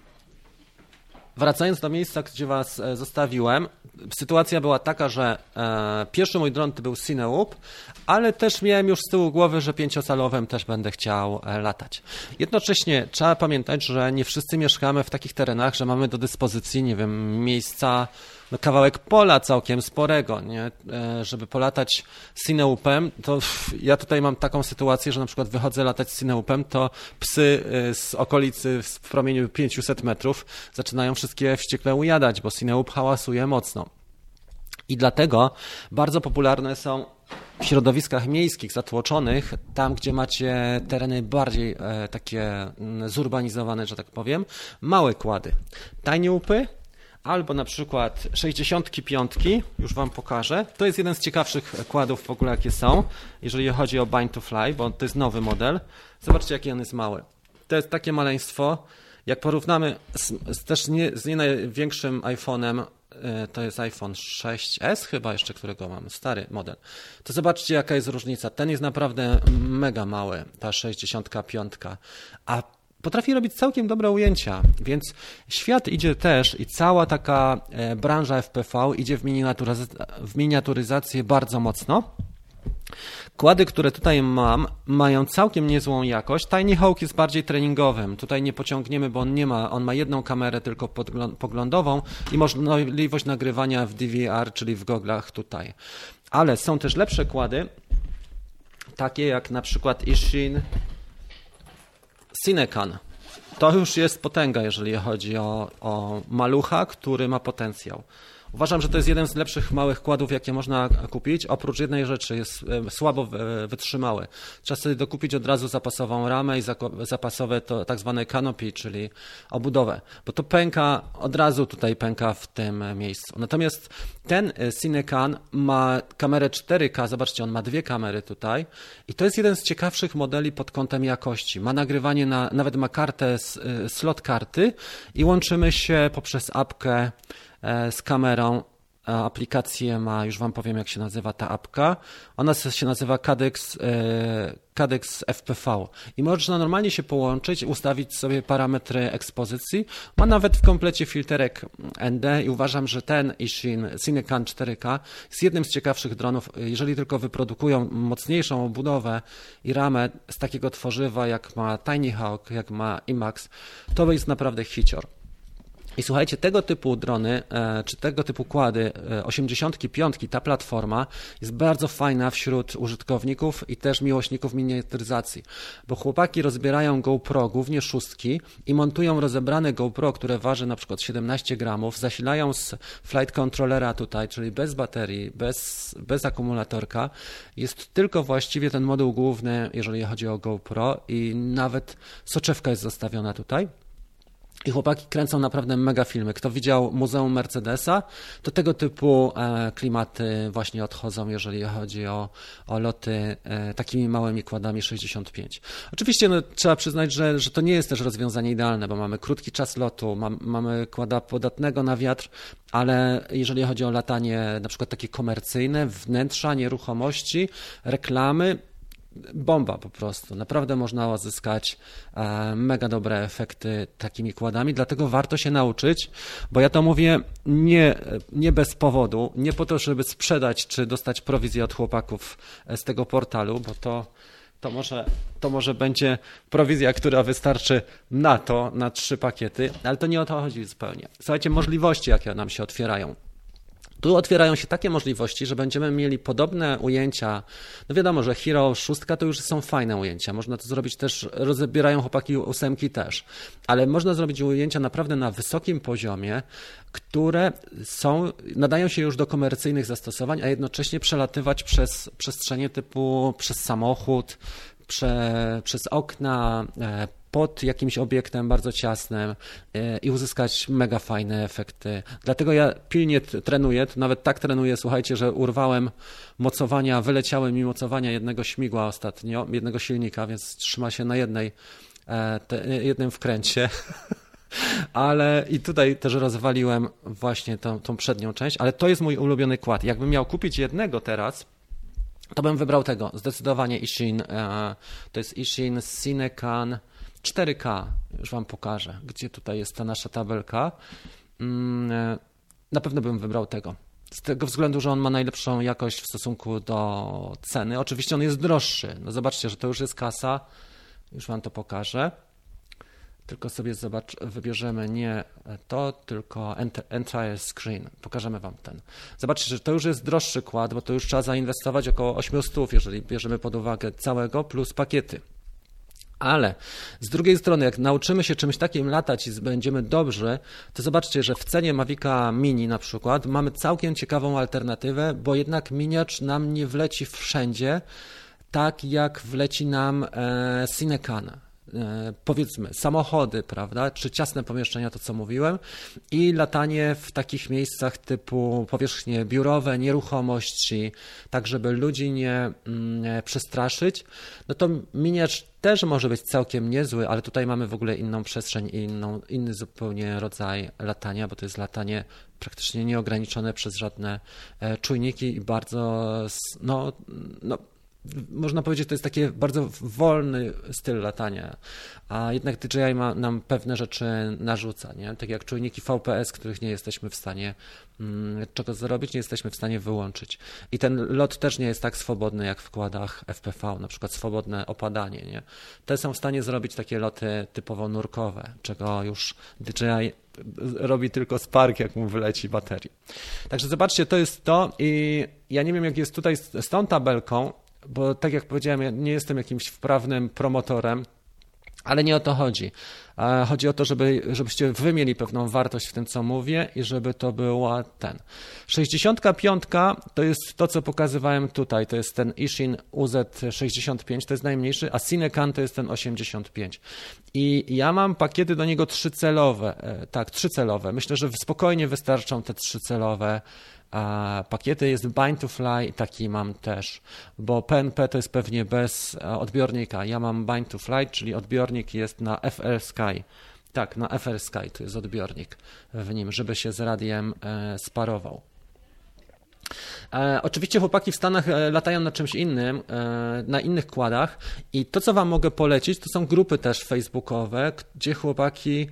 wracając do miejsca, gdzie was zostawiłem, sytuacja była taka, że pierwszy mój dron to był Cinewoop, ale też miałem już z tyłu głowy, że 5-calowym też będę chciał latać. Jednocześnie trzeba pamiętać, że nie wszyscy mieszkamy w takich terenach, że mamy do dyspozycji, nie wiem, miejsca, no kawałek pola całkiem sporego, nie? Żeby polatać Cinewoopem, to ja tutaj mam taką sytuację, że na przykład wychodzę latać Cinewoopem, to psy z okolicy w promieniu 500 metrów zaczynają wszystkie wściekle ujadać, bo Cinewoop hałasuje mocno. I dlatego bardzo popularne są w środowiskach miejskich, zatłoczonych, tam gdzie macie tereny bardziej takie zurbanizowane, że tak powiem, małe kłady. Tinywoopy albo na przykład 65, już wam pokażę. To jest jeden z ciekawszych kładów w ogóle, jakie są, jeżeli chodzi o Bind to Fly, bo to jest nowy model. Zobaczcie, jaki on jest mały. To jest takie maleństwo. Jak porównamy z nie największym iPhone'em, to jest iPhone 6s chyba jeszcze, którego mamy, stary model, to zobaczcie, jaka jest różnica. Ten jest naprawdę mega mały, ta 65, a potrafi robić całkiem dobre ujęcia, więc świat idzie też i cała taka branża FPV idzie w miniaturyzację bardzo mocno. Kłady, które tutaj mam, mają całkiem niezłą jakość. Tiny Hawk jest bardziej treningowym. Tutaj nie pociągniemy, bo on ma jedną kamerę tylko poglądową i możliwość nagrywania w DVR, czyli w goglach tutaj. Ale są też lepsze kłady, takie jak na przykład Ishin Cinecan. To już jest potęga, jeżeli chodzi o malucha, który ma potencjał. Uważam, że to jest jeden z lepszych małych kładów, jakie można kupić. Oprócz jednej rzeczy, jest słabo wytrzymały. Trzeba sobie dokupić od razu zapasową ramę i zapasowe to tak zwane canopy, czyli obudowę, bo to pęka, od razu tutaj pęka w tym miejscu. Natomiast ten Cinecan ma kamerę 4K, zobaczcie, on ma dwie kamery tutaj i to jest jeden z ciekawszych modeli pod kątem jakości. Ma nagrywanie, nawet ma kartę, slot karty i łączymy się poprzez apkę z kamerą. Aplikację ma, już wam powiem, jak się nazywa ta apka. Ona się nazywa Cadex FPV i można normalnie się połączyć, ustawić sobie parametry ekspozycji. Ma nawet w komplecie filterek ND i uważam, że ten Ishin Cinecan 4K jest jednym z ciekawszych dronów. Jeżeli tylko wyprodukują mocniejszą obudowę i ramę z takiego tworzywa, jak ma Tiny Hawk, jak ma IMAX, to jest naprawdę hicior. I słuchajcie, tego typu drony, czy tego typu kłady, 85, ta platforma jest bardzo fajna wśród użytkowników i też miłośników miniaturyzacji, bo chłopaki rozbierają GoPro, głównie szóstki i montują rozebrane GoPro, które waży na przykład 17 gramów, zasilają z flight controllera tutaj, czyli bez baterii, bez akumulatorka. Jest tylko właściwie ten moduł główny, jeżeli chodzi o GoPro i nawet soczewka jest zostawiona tutaj. I chłopaki kręcą naprawdę mega filmy. Kto widział Muzeum Mercedesa, to tego typu klimaty właśnie odchodzą, jeżeli chodzi o loty takimi małymi kładami 65. Oczywiście trzeba przyznać, że to nie jest też rozwiązanie idealne, bo mamy krótki czas lotu, mamy kłada podatnego na wiatr, ale jeżeli chodzi o latanie na przykład takie komercyjne, wnętrza, nieruchomości, reklamy, bomba po prostu. Naprawdę można uzyskać mega dobre efekty takimi kładami, dlatego warto się nauczyć, bo ja to mówię nie bez powodu, nie po to, żeby sprzedać czy dostać prowizję od chłopaków z tego portalu, bo to może będzie prowizja, która wystarczy na 3 pakiety, ale to nie o to chodzi zupełnie. Słuchajcie, możliwości, jakie nam się otwierają. Tu otwierają się takie możliwości, że będziemy mieli podobne ujęcia. No wiadomo, że Hero 6 to już są fajne ujęcia. Można to zrobić też, rozebierają chłopaki 8 też, ale można zrobić ujęcia naprawdę na wysokim poziomie, które nadają się już do komercyjnych zastosowań, a jednocześnie przelatywać przez przestrzenie typu przez samochód, przez okna, pod jakimś obiektem bardzo ciasnym i uzyskać mega fajne efekty. Dlatego ja pilnie trenuję, nawet tak trenuję, słuchajcie, że urwałem mocowania, wyleciały mi mocowania jednego śmigła ostatnio, jednego silnika, więc trzyma się na jednej jednym wkręcie. Ale i tutaj też rozwaliłem właśnie tą przednią część, ale to jest mój ulubiony kład. Jakbym miał kupić jednego teraz, to bym wybrał tego. Zdecydowanie Ishin. To jest Ishin Cinecan 4K. Już wam pokażę, gdzie tutaj jest ta nasza tabelka. Na pewno bym wybrał tego. Z tego względu, że on ma najlepszą jakość w stosunku do ceny. Oczywiście on jest droższy. No zobaczcie, że to już jest kasa. Już wam to pokażę. Tylko sobie wybierzemy nie to, tylko entire screen. Pokażemy wam ten. Zobaczcie, że to już jest droższy kład, bo to już trzeba zainwestować około 800, jeżeli bierzemy pod uwagę całego plus pakiety. Ale z drugiej strony, jak nauczymy się czymś takim latać i będziemy dobrzy, to zobaczcie, że w cenie Mavica Mini na przykład mamy całkiem ciekawą alternatywę, bo jednak miniacz nam nie wleci wszędzie, tak jak wleci nam Cinecan. Powiedzmy samochody, prawda, czy ciasne pomieszczenia, to co mówiłem, i latanie w takich miejscach typu powierzchnie biurowe, nieruchomości, tak żeby ludzi nie przestraszyć, no to miniacz też może być całkiem niezły, ale tutaj mamy w ogóle inną przestrzeń i inny zupełnie rodzaj latania, bo to jest latanie praktycznie nieograniczone przez żadne czujniki i bardzo, można powiedzieć, to jest taki bardzo wolny styl latania, a jednak DJI nam pewne rzeczy narzuca, nie? Tak jak czujniki VPS, których nie jesteśmy w stanie czego zrobić, nie jesteśmy w stanie wyłączyć. I ten lot też nie jest tak swobodny jak w kładach FPV, na przykład swobodne opadanie, nie? Te są w stanie zrobić takie loty typowo nurkowe, czego już DJI robi tylko Spark, jak mu wyleci baterii. Także zobaczcie, to jest to i ja nie wiem, jak jest tutaj z tą tabelką, bo tak jak powiedziałem, ja nie jestem jakimś wprawnym promotorem, ale nie o to chodzi. Chodzi o to, żebyście wy mieli pewną wartość w tym, co mówię i żeby to była 65 to jest to, co pokazywałem tutaj. To jest ten Ishin UZ65, to jest najmniejszy, a Cinecan to jest ten 85. I ja mam pakiety do niego 3-celowe. Tak, 3-celowe. Myślę, że spokojnie wystarczą te 3-celowe pakiety. Jest Bind to Fly, taki mam też, bo PNP to jest pewnie bez odbiornika. Ja mam Bind to Fly, czyli odbiornik jest na FR Sky. Tak, na FR Sky to jest odbiornik w nim, żeby się z radiem sparował. Oczywiście chłopaki w Stanach latają na czymś innym, na innych kładach i to, co wam mogę polecić, to są grupy też facebookowe, gdzie chłopaki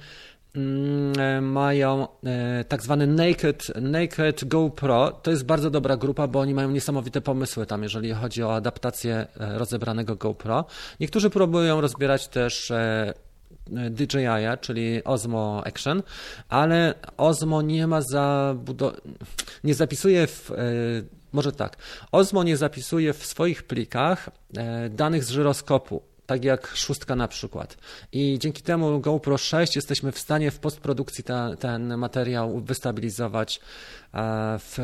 mają tak zwany Naked GoPro. To jest bardzo dobra grupa, bo oni mają niesamowite pomysły tam, jeżeli chodzi o adaptację rozebranego GoPro. Niektórzy próbują rozbierać też DJI, czyli Osmo Action, ale Osmo nie zapisuje może tak, Osmo nie zapisuje w swoich plikach danych z żyroskopu, tak jak 6 na przykład. I dzięki temu GoPro 6 jesteśmy w stanie w postprodukcji ten materiał wystabilizować w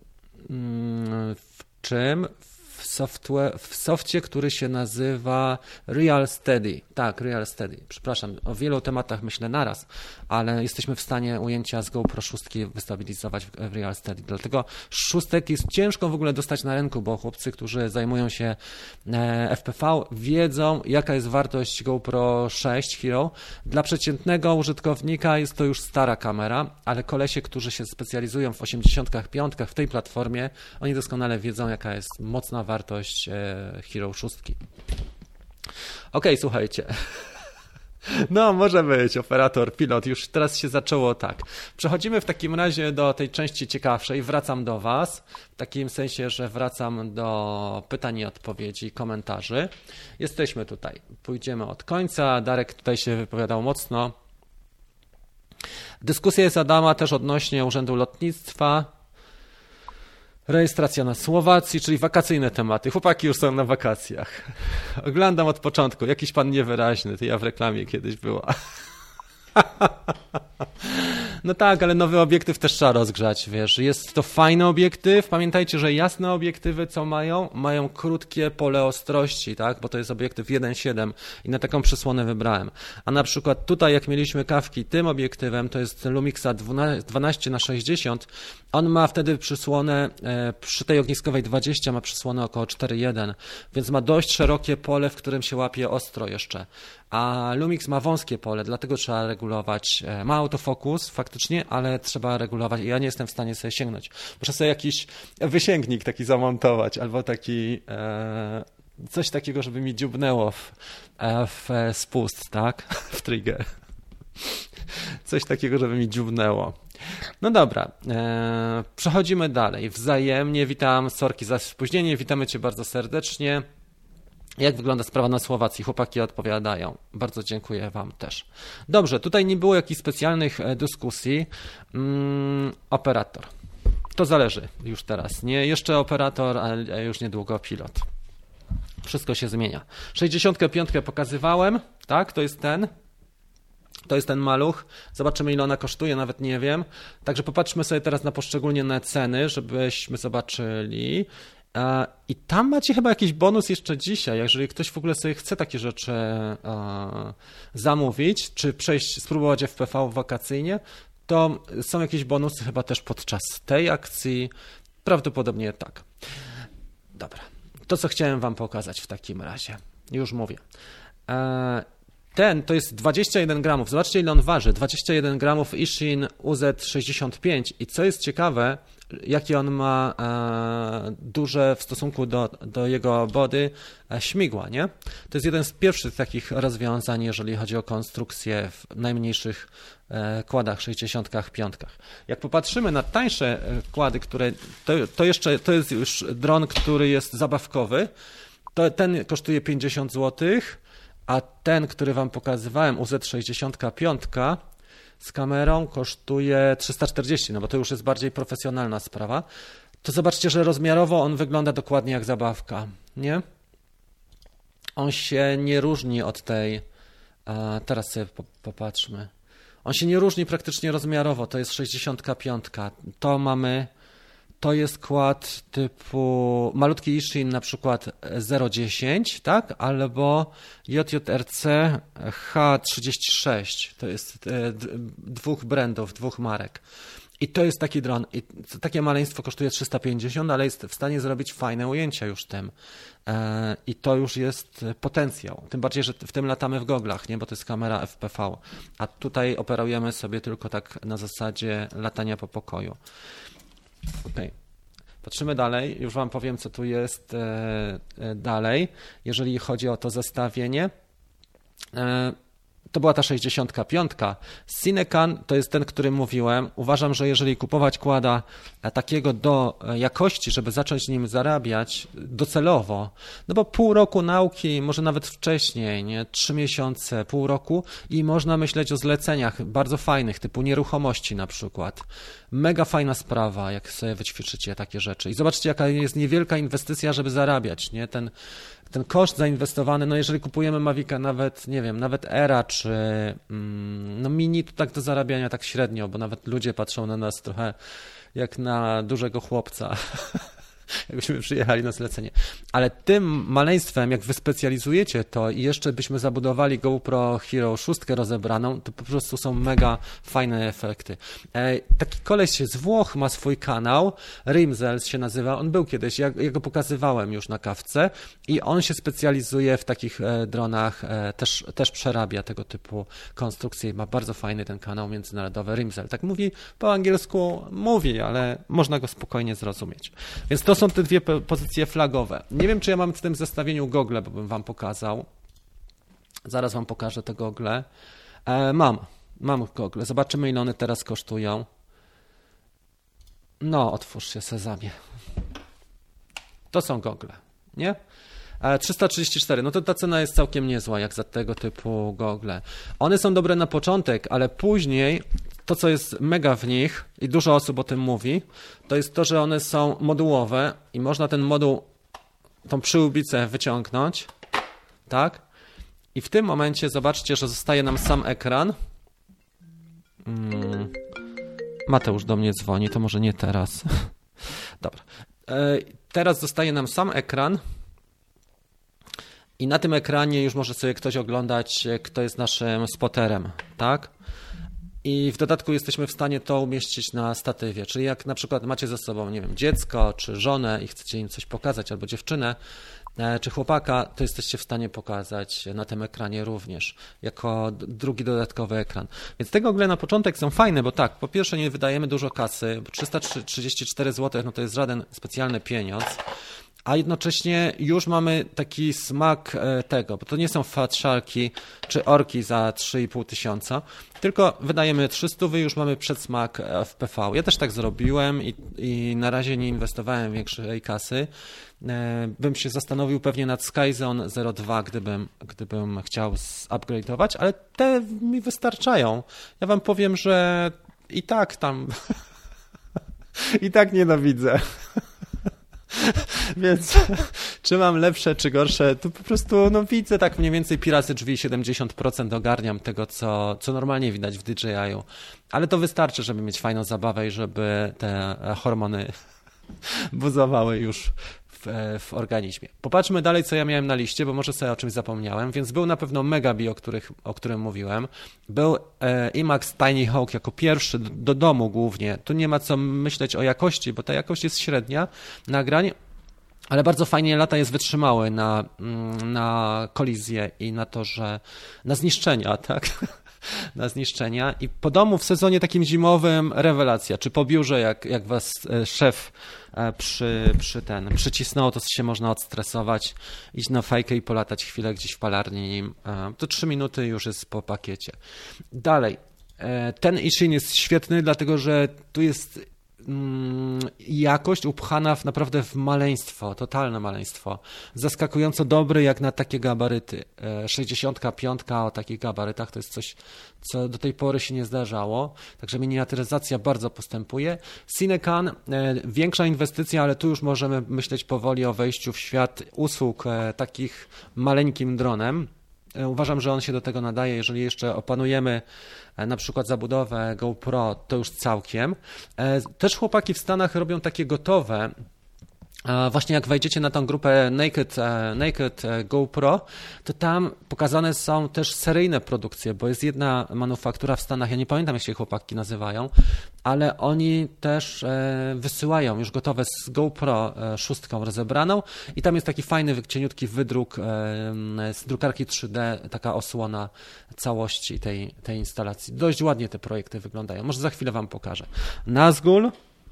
czym? W softie, który się nazywa Real Steady. Tak, Real Steady. Przepraszam, o wielu tematach myślę naraz, ale jesteśmy w stanie ujęcia z GoPro 6 wystabilizować w Real Steady. Dlatego 6 jest ciężko w ogóle dostać na rynku, bo chłopcy, którzy zajmują się FPV, wiedzą, jaka jest wartość GoPro 6 Hero. Dla przeciętnego użytkownika jest to już stara kamera, ale kolesie, którzy się specjalizują w 85 w tej platformie, oni doskonale wiedzą, jaka jest mocna wartość Hero 6. Okej, słuchajcie. No, może być, operator, pilot, już teraz się zaczęło tak. Przechodzimy w takim razie do tej części ciekawszej, wracam do Was, w takim sensie, że wracam do pytań i odpowiedzi, komentarzy. Jesteśmy tutaj, pójdziemy od końca, Darek tutaj się wypowiadał mocno. Dyskusja jest Adama też odnośnie Urzędu Lotnictwa. Rejestracja na Słowacji, czyli wakacyjne tematy. Chłopaki już są na wakacjach. Oglądam od początku. Jakiś pan niewyraźny, to ja w reklamie kiedyś była. No tak, ale nowy obiektyw też trzeba rozgrzać, wiesz. Jest to fajny obiektyw. Pamiętajcie, że jasne obiektywy co mają? Mają krótkie pole ostrości, tak? Bo to jest obiektyw 1.7 i na taką przysłonę wybrałem. A na przykład tutaj, jak mieliśmy kawki tym obiektywem, to jest Lumixa 12x60, on ma wtedy przysłonę, przy tej ogniskowej 20 ma przysłonę około 4.1, więc ma dość szerokie pole, w którym się łapie ostro jeszcze. A Lumix ma wąskie pole, dlatego trzeba regulować. Ma autofokus faktycznie, ale trzeba regulować. Ja nie jestem w stanie sobie sięgnąć. Muszę sobie jakiś wysięgnik taki zamontować, albo taki coś takiego, żeby mi dziubnęło w spust, tak? W trigger. Coś takiego, żeby mi dziubnęło. No dobra, przechodzimy dalej. Wzajemnie witam, sorki za spóźnienie, witamy Cię bardzo serdecznie. Jak wygląda sprawa na Słowacji? Chłopaki odpowiadają. Bardzo dziękuję Wam też. Dobrze, tutaj nie było jakichś specjalnych dyskusji. Operator. To zależy już teraz. Nie jeszcze operator, ale już niedługo pilot. Wszystko się zmienia. 65 pokazywałem, tak? To jest ten. To jest ten maluch. Zobaczymy, ile ona kosztuje, nawet nie wiem. Także popatrzmy sobie teraz na poszczególnie ceny, żebyśmy zobaczyli. I tam macie chyba jakiś bonus jeszcze dzisiaj, jeżeli ktoś w ogóle sobie chce takie rzeczy zamówić, czy spróbować FPV wakacyjnie, to są jakieś bonusy chyba też podczas tej akcji. Prawdopodobnie tak. Dobra, to co chciałem Wam pokazać w takim razie. Już mówię. Ten to jest 21 gramów. Zobaczcie, ile on waży. 21 gramów Ishin UZ65. I co jest ciekawe, jakie on ma duże w stosunku do jego body śmigła, nie? To jest jeden z pierwszych takich rozwiązań, jeżeli chodzi o konstrukcję w najmniejszych kładach 65. Jak popatrzymy na tańsze kłady, które to jest już dron, który jest zabawkowy, to ten kosztuje 50 zł. A ten, który Wam pokazywałem, UZ65 z kamerą kosztuje 340, no bo to już jest bardziej profesjonalna sprawa. To zobaczcie, że rozmiarowo on wygląda dokładnie jak zabawka, nie? On się nie różni od tej, teraz sobie popatrzmy. On się nie różni praktycznie rozmiarowo, to jest 65. To jest kład typu malutki Ishin, na przykład 0.10, tak? Albo JJRC H36. To jest dwóch brandów, dwóch marek. I to jest taki dron. I takie maleństwo kosztuje 350, ale jest w stanie zrobić fajne ujęcia już tym. I to już jest potencjał. Tym bardziej, że w tym latamy w goglach, nie? Bo to jest kamera FPV. A tutaj operujemy sobie tylko tak na zasadzie latania po pokoju. Okay. Patrzymy dalej, już Wam powiem, co tu jest dalej, jeżeli chodzi o to zestawienie. To była ta 65. Cinecan to jest ten, który mówiłem. Uważam, że jeżeli kupować kłada takiego do jakości, żeby zacząć nim zarabiać docelowo, no bo pół roku nauki, może nawet wcześniej, nie? 3 miesiące, pół roku i można myśleć o zleceniach bardzo fajnych, typu nieruchomości na przykład. Mega fajna sprawa, jak sobie wyćwiczycie takie rzeczy. I zobaczcie, jaka jest niewielka inwestycja, żeby zarabiać, nie? Ten koszt zainwestowany, no jeżeli kupujemy Mavica nawet, nie wiem, nawet Era czy no Mini, to tak do zarabiania tak średnio, bo nawet ludzie patrzą na nas trochę jak na dużego chłopca, jakbyśmy przyjechali na zlecenie. Ale tym maleństwem, jak wyspecjalizujecie to i jeszcze byśmy zabudowali GoPro Hero 6 rozebraną, to po prostu są mega fajne efekty. Taki koleś z Włoch ma swój kanał, Rimzels się nazywa, on był kiedyś, ja go pokazywałem już na kawce i on się specjalizuje w takich dronach, też przerabia tego typu konstrukcje i ma bardzo fajny ten kanał międzynarodowy Rimzel. Tak mówi po angielsku, ale można go spokojnie zrozumieć. Więc to są te dwie pozycje flagowe. Nie wiem, czy ja mam w tym zestawieniu gogle, bo bym Wam pokazał. Zaraz Wam pokażę te gogle. Mam gogle. Zobaczymy, ile one teraz kosztują. No, otwórz się, Sezamie. To są gogle, nie? 334, no to ta cena jest całkiem niezła, jak za tego typu gogle. One są dobre na początek, ale później to, co jest mega w nich i dużo osób o tym mówi, to jest to, że one są modułowe i można ten moduł, tą przyłbicę wyciągnąć, tak? I w tym momencie zobaczcie, że zostaje nam sam ekran Mateusz do mnie dzwoni, to może nie teraz. Dobra. Teraz zostaje nam sam ekran i na tym ekranie już może sobie ktoś oglądać, kto jest naszym spoterem, tak? I w dodatku jesteśmy w stanie to umieścić na statywie, czyli jak na przykład macie ze sobą, nie wiem, dziecko czy żonę i chcecie im coś pokazać, albo dziewczynę, czy chłopaka, to jesteście w stanie pokazać na tym ekranie również, jako drugi dodatkowy ekran. Więc tego ogóle na początek są fajne, bo tak, po pierwsze nie wydajemy dużo kasy, bo 334 zł no to jest żaden specjalny pieniądz, a jednocześnie już mamy taki smak tego, bo to nie są fatrzalki czy orki za 3,5 tysiąca, tylko wydajemy 300 i już mamy przedsmak FPV. Ja też tak zrobiłem i na razie nie inwestowałem większej kasy. Bym się zastanowił pewnie nad Skyzone 02, gdybym chciał zupgrade'ować, ale te mi wystarczają. Ja wam powiem, że i tak tam i tak nienawidzę. Więc czy mam lepsze, czy gorsze, to po prostu widzę tak mniej więcej pi razy drzwi, 70% ogarniam tego, co normalnie widać w DJI-u. Ale to wystarczy, żeby mieć fajną zabawę i żeby te hormony buzowały już w organizmie. Popatrzmy dalej, co ja miałem na liście, bo może sobie o czymś zapomniałem, więc był na pewno Megabi, o którym mówiłem. Był IMAX Tiny Hawk jako pierwszy do domu głównie. Tu nie ma co myśleć o jakości, bo ta jakość jest średnia nagrań, ale bardzo fajnie lata jest wytrzymały na kolizję i na to, że na zniszczenia, tak? Na zniszczenia i po domu w sezonie takim zimowym rewelacja, czy po biurze jak was szef przycisnął, to się można odstresować, iść na fajkę i polatać chwilę gdzieś w palarni nim, to 3 minuty już jest po pakiecie. Dalej, ten Ishin jest świetny, dlatego że tu jest jakość upchana naprawdę w maleństwo, totalne maleństwo. Zaskakująco dobry jak na takie gabaryty. 65 o takich gabarytach to jest coś, co do tej pory się nie zdarzało. Także miniaturyzacja bardzo postępuje. Cinecan, większa inwestycja, ale tu już możemy myśleć powoli o wejściu w świat usług takich maleńkim dronem. Uważam, że on się do tego nadaje, jeżeli jeszcze opanujemy na przykład zabudowę GoPro, to już całkiem. Też chłopaki w Stanach robią takie gotowe. Właśnie jak wejdziecie na tą grupę Naked GoPro, to tam pokazane są też seryjne produkcje, bo jest jedna manufaktura w Stanach, ja nie pamiętam jak się chłopaki nazywają, ale oni też wysyłają już gotowe z GoPro 6 rozebraną i tam jest taki fajny, cieniutki wydruk z drukarki 3D, taka osłona całości tej instalacji. Dość ładnie te projekty wyglądają, może za chwilę wam pokażę. Nazgul.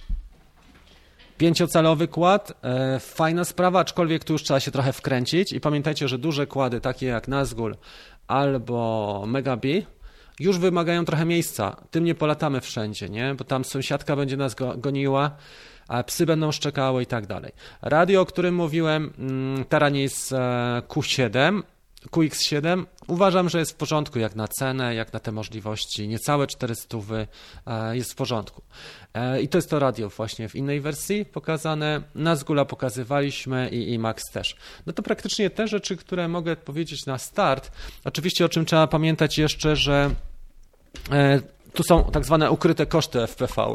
5-calowy kład, fajna sprawa, aczkolwiek tu już trzeba się trochę wkręcić i pamiętajcie, że duże kłady takie jak Nazgul albo Megabi już wymagają trochę miejsca, tym nie polatamy wszędzie, nie? Bo tam sąsiadka będzie nas goniła, a psy będą szczekały i tak dalej. Radio, o którym mówiłem, Taranis Q7, QX7 uważam, że jest w porządku jak na cenę, jak na te możliwości. Niecałe 400 jest w porządku. I to jest to radio właśnie w innej wersji pokazane. Nazgula pokazywaliśmy i IMAX też. No to praktycznie te rzeczy, które mogę powiedzieć na start. Oczywiście o czym trzeba pamiętać jeszcze, że tu są tak zwane ukryte koszty FPV.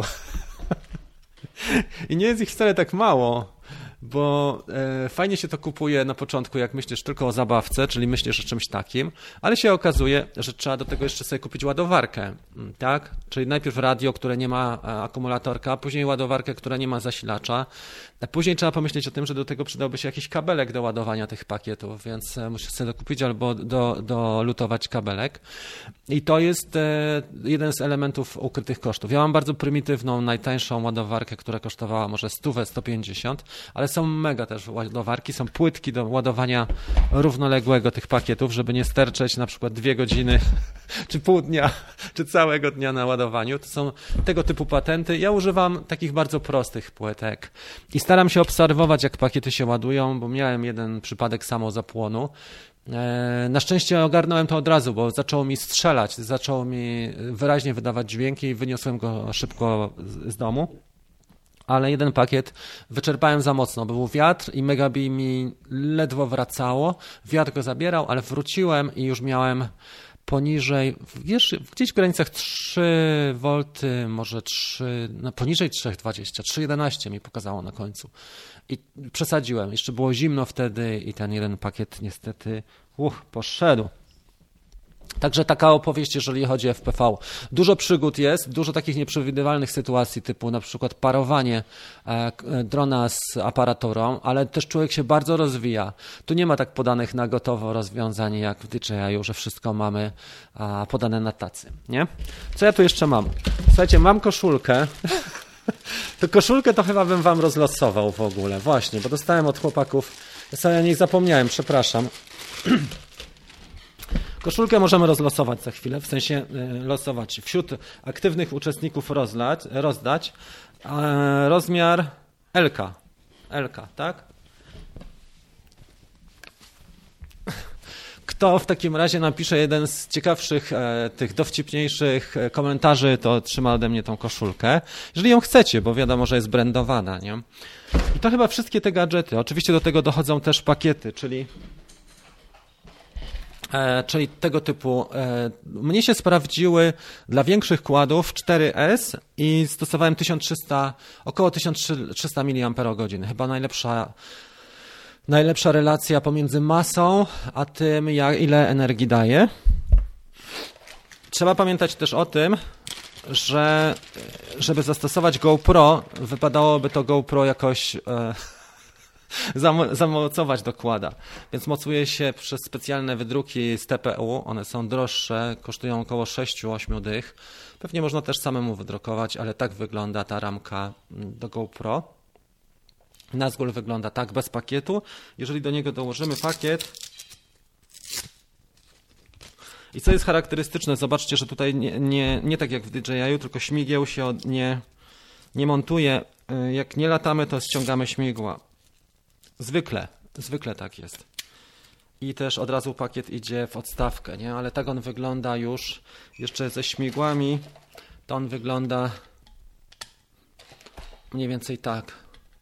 I nie jest ich wcale tak mało. Bo fajnie się to kupuje na początku, jak myślisz tylko o zabawce, czyli myślisz o czymś takim, ale się okazuje, że trzeba do tego jeszcze sobie kupić ładowarkę, tak? Czyli najpierw radio, które nie ma akumulatorka, później ładowarkę, która nie ma zasilacza, a później trzeba pomyśleć o tym, że do tego przydałby się jakiś kabelek do ładowania tych pakietów, więc musisz sobie dokupić albo dolutować kabelek. I to jest jeden z elementów ukrytych kosztów. Ja mam bardzo prymitywną, najtańszą ładowarkę, która kosztowała może 100-150, ale są mega też ładowarki, są płytki do ładowania równoległego tych pakietów, żeby nie sterczeć na przykład 2 godziny, czy pół dnia, czy całego dnia na ładowaniu. To są tego typu patenty. Ja używam takich bardzo prostych płytek i staram się obserwować, jak pakiety się ładują, bo miałem jeden przypadek samozapłonu. Na szczęście ogarnąłem to od razu, bo zaczęło mi strzelać, zaczęło mi wyraźnie wydawać dźwięki i wyniosłem go szybko z domu. Ale jeden pakiet wyczerpałem za mocno, był wiatr i Megabi mi ledwo wracało, wiatr go zabierał, ale wróciłem i już miałem poniżej, wiesz, gdzieś w granicach 3 V, może 3, no poniżej 3,20, 3,11 mi pokazało na końcu. I przesadziłem, jeszcze było zimno wtedy i ten jeden pakiet niestety poszedł. Także taka opowieść, jeżeli chodzi o FPV. Dużo przygód jest, dużo takich nieprzewidywalnych sytuacji, typu na przykład parowanie drona z aparaturą, ale też człowiek się bardzo rozwija. Tu nie ma tak podanych na gotowo rozwiązań jak w DJI, że wszystko mamy podane na tacy, nie? Co ja tu jeszcze mam? Słuchajcie, mam koszulkę. Tę koszulkę to chyba bym wam rozlosował w ogóle, właśnie, bo dostałem od chłopaków. Ja sobie o nich zapomniałem, przepraszam. Koszulkę możemy rozlosować za chwilę, w sensie losować. Wśród aktywnych uczestników rozdać rozmiar LK. LK, tak? Kto w takim razie napisze jeden z ciekawszych, tych dowcipniejszych komentarzy, to otrzyma ode mnie tą koszulkę. Jeżeli ją chcecie, bo wiadomo, że jest brandowana, nie? I to chyba wszystkie te gadżety. Oczywiście do tego dochodzą też pakiety, czyli tego typu. Mnie się sprawdziły dla większych kładów 4S i stosowałem około 1300 mAh. Chyba najlepsza relacja pomiędzy masą a tym, ile energii daje. Trzeba pamiętać też o tym, że żeby zastosować GoPro, wypadałoby to GoPro jakoś zamocować do kłada. Więc mocuje się przez specjalne wydruki z TPU. One są droższe, kosztują około 6-8 dych. Pewnie można też samemu wydrukować, ale tak wygląda ta ramka do GoPro. Nazgul wygląda tak, bez pakietu. Jeżeli do niego dołożymy pakiet. I co jest charakterystyczne, zobaczcie, że tutaj nie tak jak w DJI, tylko śmigieł się nie montuje. Jak nie latamy, to ściągamy śmigła. Zwykle tak jest. I też od razu pakiet idzie w odstawkę, nie? Ale tak on wygląda już, jeszcze ze śmigłami, to on wygląda mniej więcej tak.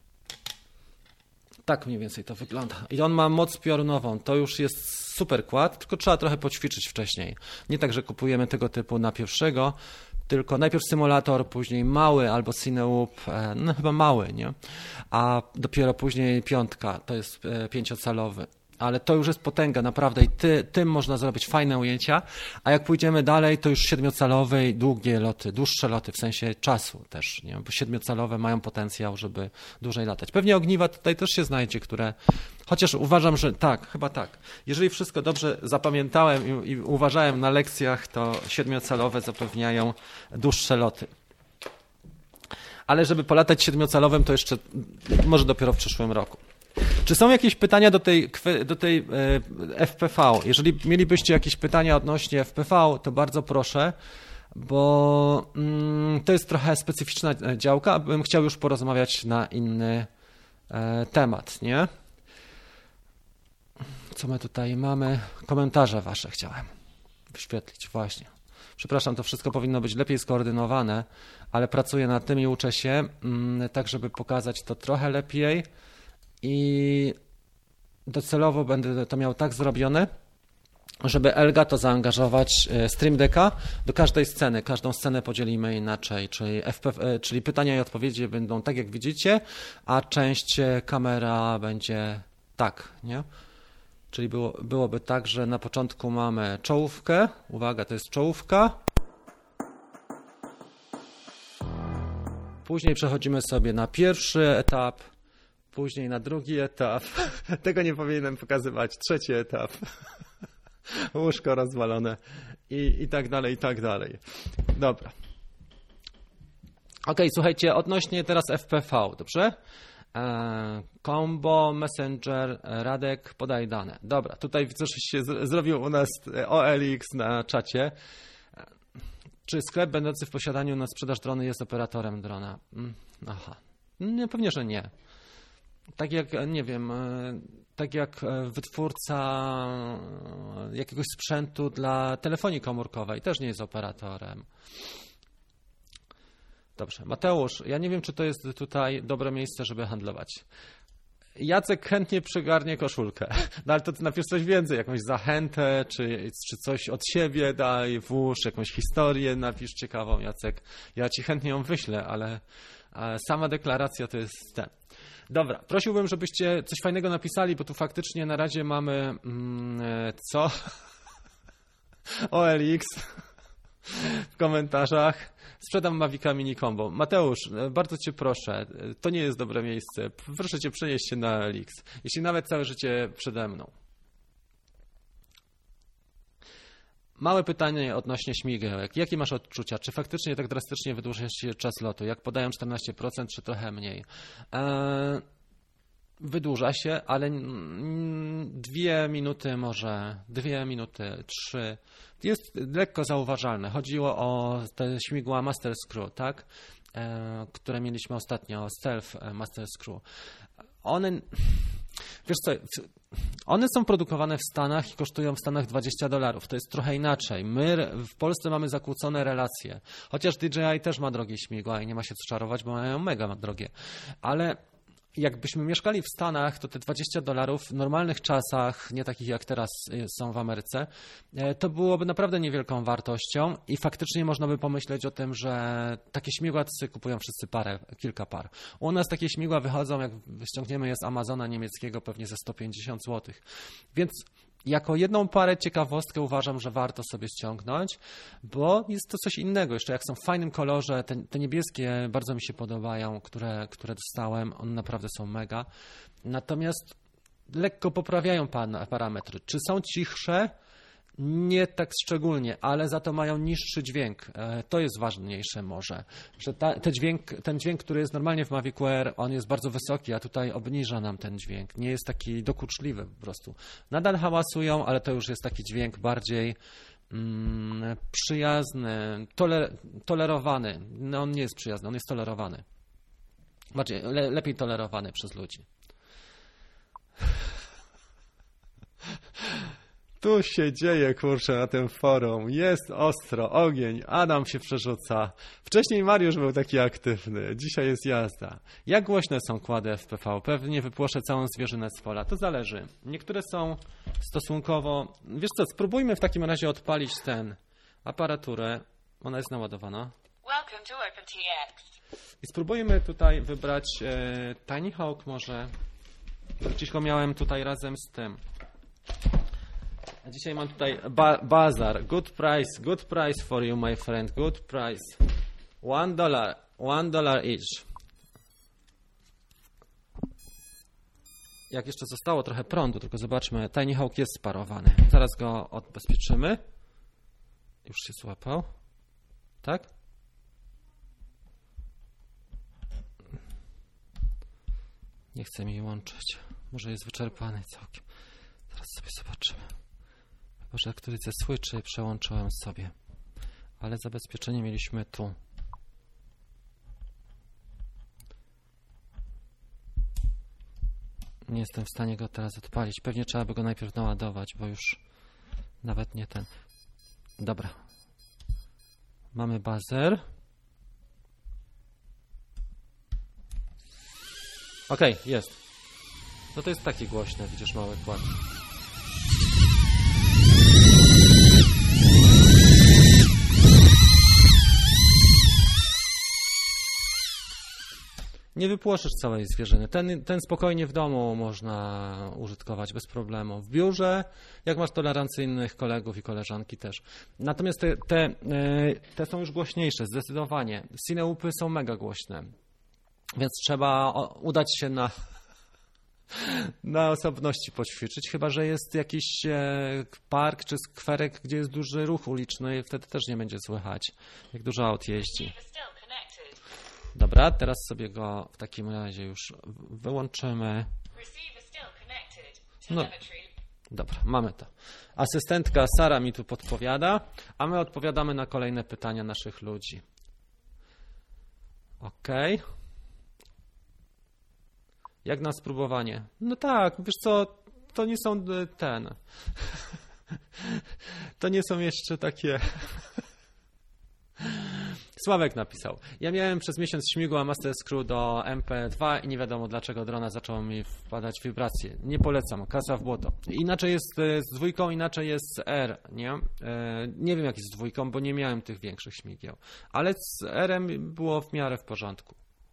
Tak mniej więcej to wygląda. I on ma moc piorunową, to już jest super kład, tylko trzeba trochę poćwiczyć wcześniej. Nie tak, że kupujemy tego typu na pierwszego, tylko najpierw symulator, później mały albo Cinewoop, no chyba mały, nie? A dopiero później 5, to jest 5-calowy. Ale to już jest potęga, naprawdę, i tym można zrobić fajne ujęcia, a jak pójdziemy dalej, to już 7-calowe i długie loty, dłuższe loty, w sensie czasu też, nie? Bo 7-calowe mają potencjał, żeby dłużej latać. Pewnie ogniwa tutaj też się znajdzie, które, chociaż uważam, że tak, chyba tak. Jeżeli wszystko dobrze zapamiętałem i uważałem na lekcjach, to 7-calowe zapewniają dłuższe loty. Ale żeby polatać 7-calowym, to jeszcze może dopiero w przyszłym roku. Czy są jakieś pytania do tej FPV? Jeżeli mielibyście jakieś pytania odnośnie FPV, to bardzo proszę, bo to jest trochę specyficzna działka, a bym chciał już porozmawiać na inny temat, nie? Co my tutaj mamy? Komentarze wasze chciałem wyświetlić, właśnie. Przepraszam, to wszystko powinno być lepiej skoordynowane, ale pracuję nad tym i uczę się, tak żeby pokazać to trochę lepiej. I docelowo będę to miał tak zrobione, żeby Elgato zaangażować Stream Decka do każdej sceny. Każdą scenę podzielimy inaczej, czyli pytania i odpowiedzi będą tak, jak widzicie, a część kamera będzie tak, nie? Czyli byłoby tak, że na początku mamy czołówkę. Uwaga, to jest czołówka. Później przechodzimy sobie na pierwszy etap. Później na drugi etap, tego nie powinienem pokazywać, trzeci etap, łóżko rozwalone i tak dalej, i tak dalej. Dobra. Ok, słuchajcie, odnośnie teraz FPV, dobrze? Combo, Messenger, Radek, podaj dane. Dobra, tutaj coś się zrobił u nas OLX na czacie. Czy sklep będący w posiadaniu na sprzedaż drony jest operatorem drona? Aha, nie, pewnie, że nie. Tak jak, nie wiem, tak jak wytwórca jakiegoś sprzętu dla telefonii komórkowej też nie jest operatorem. Dobrze, Mateusz, ja nie wiem, czy to jest tutaj dobre miejsce, żeby handlować. Jacek chętnie przygarnie koszulkę. No ale to ty napisz coś więcej, jakąś zachętę, czy coś od siebie daj, włóż, jakąś historię napisz ciekawą, Jacek. Ja ci chętnie ją wyślę, ale sama deklaracja to jest ten. Dobra, prosiłbym, żebyście coś fajnego napisali, bo tu faktycznie na razie mamy co? OLX w komentarzach. Sprzedam Mavica Mini Combo. Mateusz, bardzo cię proszę, to nie jest dobre miejsce. Proszę cię przenieść się na OLX, jeśli nawet całe życie przede mną. Małe pytanie odnośnie śmigiełek. Jakie masz odczucia? Czy faktycznie tak drastycznie wydłuża się czas lotu? Jak podają 14%, czy trochę mniej? Wydłuża się, ale 2 minuty może, 2 minuty, 3. Jest lekko zauważalne. Chodziło o te śmigła Master Screw, tak? Które mieliśmy ostatnio, Stealth Master Screw. One, wiesz co, one są produkowane w Stanach i kosztują w Stanach $20. To jest trochę inaczej. My w Polsce mamy zakłócone relacje. Chociaż DJI też ma drogie śmigła i nie ma się co czarować, bo mają mega drogie. Ale jakbyśmy mieszkali w Stanach, to te $20 w normalnych czasach, nie takich jak teraz są w Ameryce, to byłoby naprawdę niewielką wartością i faktycznie można by pomyśleć o tym, że takie śmigła kupują wszyscy kilka par. U nas takie śmigła wychodzą, jak ściągniemy je z Amazona niemieckiego, pewnie za 150 zł. Więc jako jedną parę ciekawostkę uważam, że warto sobie ściągnąć, bo jest to coś innego. Jeszcze jak są w fajnym kolorze, te niebieskie bardzo mi się podobają, które dostałem, one naprawdę są mega. Natomiast lekko poprawiają parametry. Czy są cichsze? Nie tak szczególnie, ale za to mają niższy dźwięk. To jest ważniejsze może, że ten dźwięk, który jest normalnie w Mavicu Air, on jest bardzo wysoki, a tutaj obniża nam ten dźwięk. Nie jest taki dokuczliwy po prostu. Nadal hałasują, ale to już jest taki dźwięk bardziej przyjazny, tolerowany. No, on nie jest przyjazny, on jest tolerowany. Bardziej, lepiej tolerowany przez ludzi. Tu się dzieje, kurczę, na tym forum. Jest ostro, ogień, Adam się przerzuca. Wcześniej Mariusz był taki aktywny, dzisiaj jest jazda. Jak głośne są kłady FPV? Pewnie wypłoszę całą zwierzynę z pola. To zależy. Niektóre są stosunkowo... Wiesz co, spróbujmy w takim razie odpalić aparaturę. Ona jest naładowana. Welcome to OpenTX. I spróbujmy tutaj wybrać Tiny Hawk może. Dziś go miałem tutaj razem z tym. A dzisiaj mam tutaj bazar. Good price for you, my friend. Good price. $1 each. Jak jeszcze zostało trochę prądu, tylko zobaczmy. Tiny Hawk jest sparowany. Zaraz go odbezpieczymy. Już się złapał. Tak? Nie chce mi łączyć. Może jest wyczerpany całkiem. Zaraz sobie zobaczymy. Chyba, że któryś ze switchy przełączyłem sobie. Ale zabezpieczenie mieliśmy tu. Nie jestem w stanie go teraz odpalić. Pewnie trzeba by go najpierw naładować, bo już nawet nie ten. Dobra. Mamy bazer. Okej, jest. No to jest takie głośne, widzisz, mały kład. Nie wypłoszysz całej zwierzyny. Ten spokojnie w domu można użytkować bez problemu. W biurze, jak masz tolerancyjnych kolegów i koleżanki też. Natomiast te są już głośniejsze, zdecydowanie. Cineupy są mega głośne. Więc trzeba udać się na osobności poćwiczyć, chyba że jest jakiś park czy skwerek, gdzie jest duży ruch uliczny i wtedy też nie będzie słychać, jak dużo aut jeździ. Dobra, teraz sobie go w takim razie już wyłączymy. No, dobra, mamy to. Asystentka Sara mi tu podpowiada, a my odpowiadamy na kolejne pytania naszych ludzi. Okej. Jak na spróbowanie? No tak, wiesz co, to nie są to nie są jeszcze takie Sławek napisał. Ja miałem przez miesiąc śmigła Master Screw do MP2 i nie wiadomo dlaczego drona zaczęło mi wpadać wibracje. Nie polecam, kasa w błoto. Inaczej jest z dwójką, inaczej jest z R, nie? Nie wiem jak jest z dwójką, bo nie miałem tych większych śmigieł. Ale z R-em było w miarę w porządku.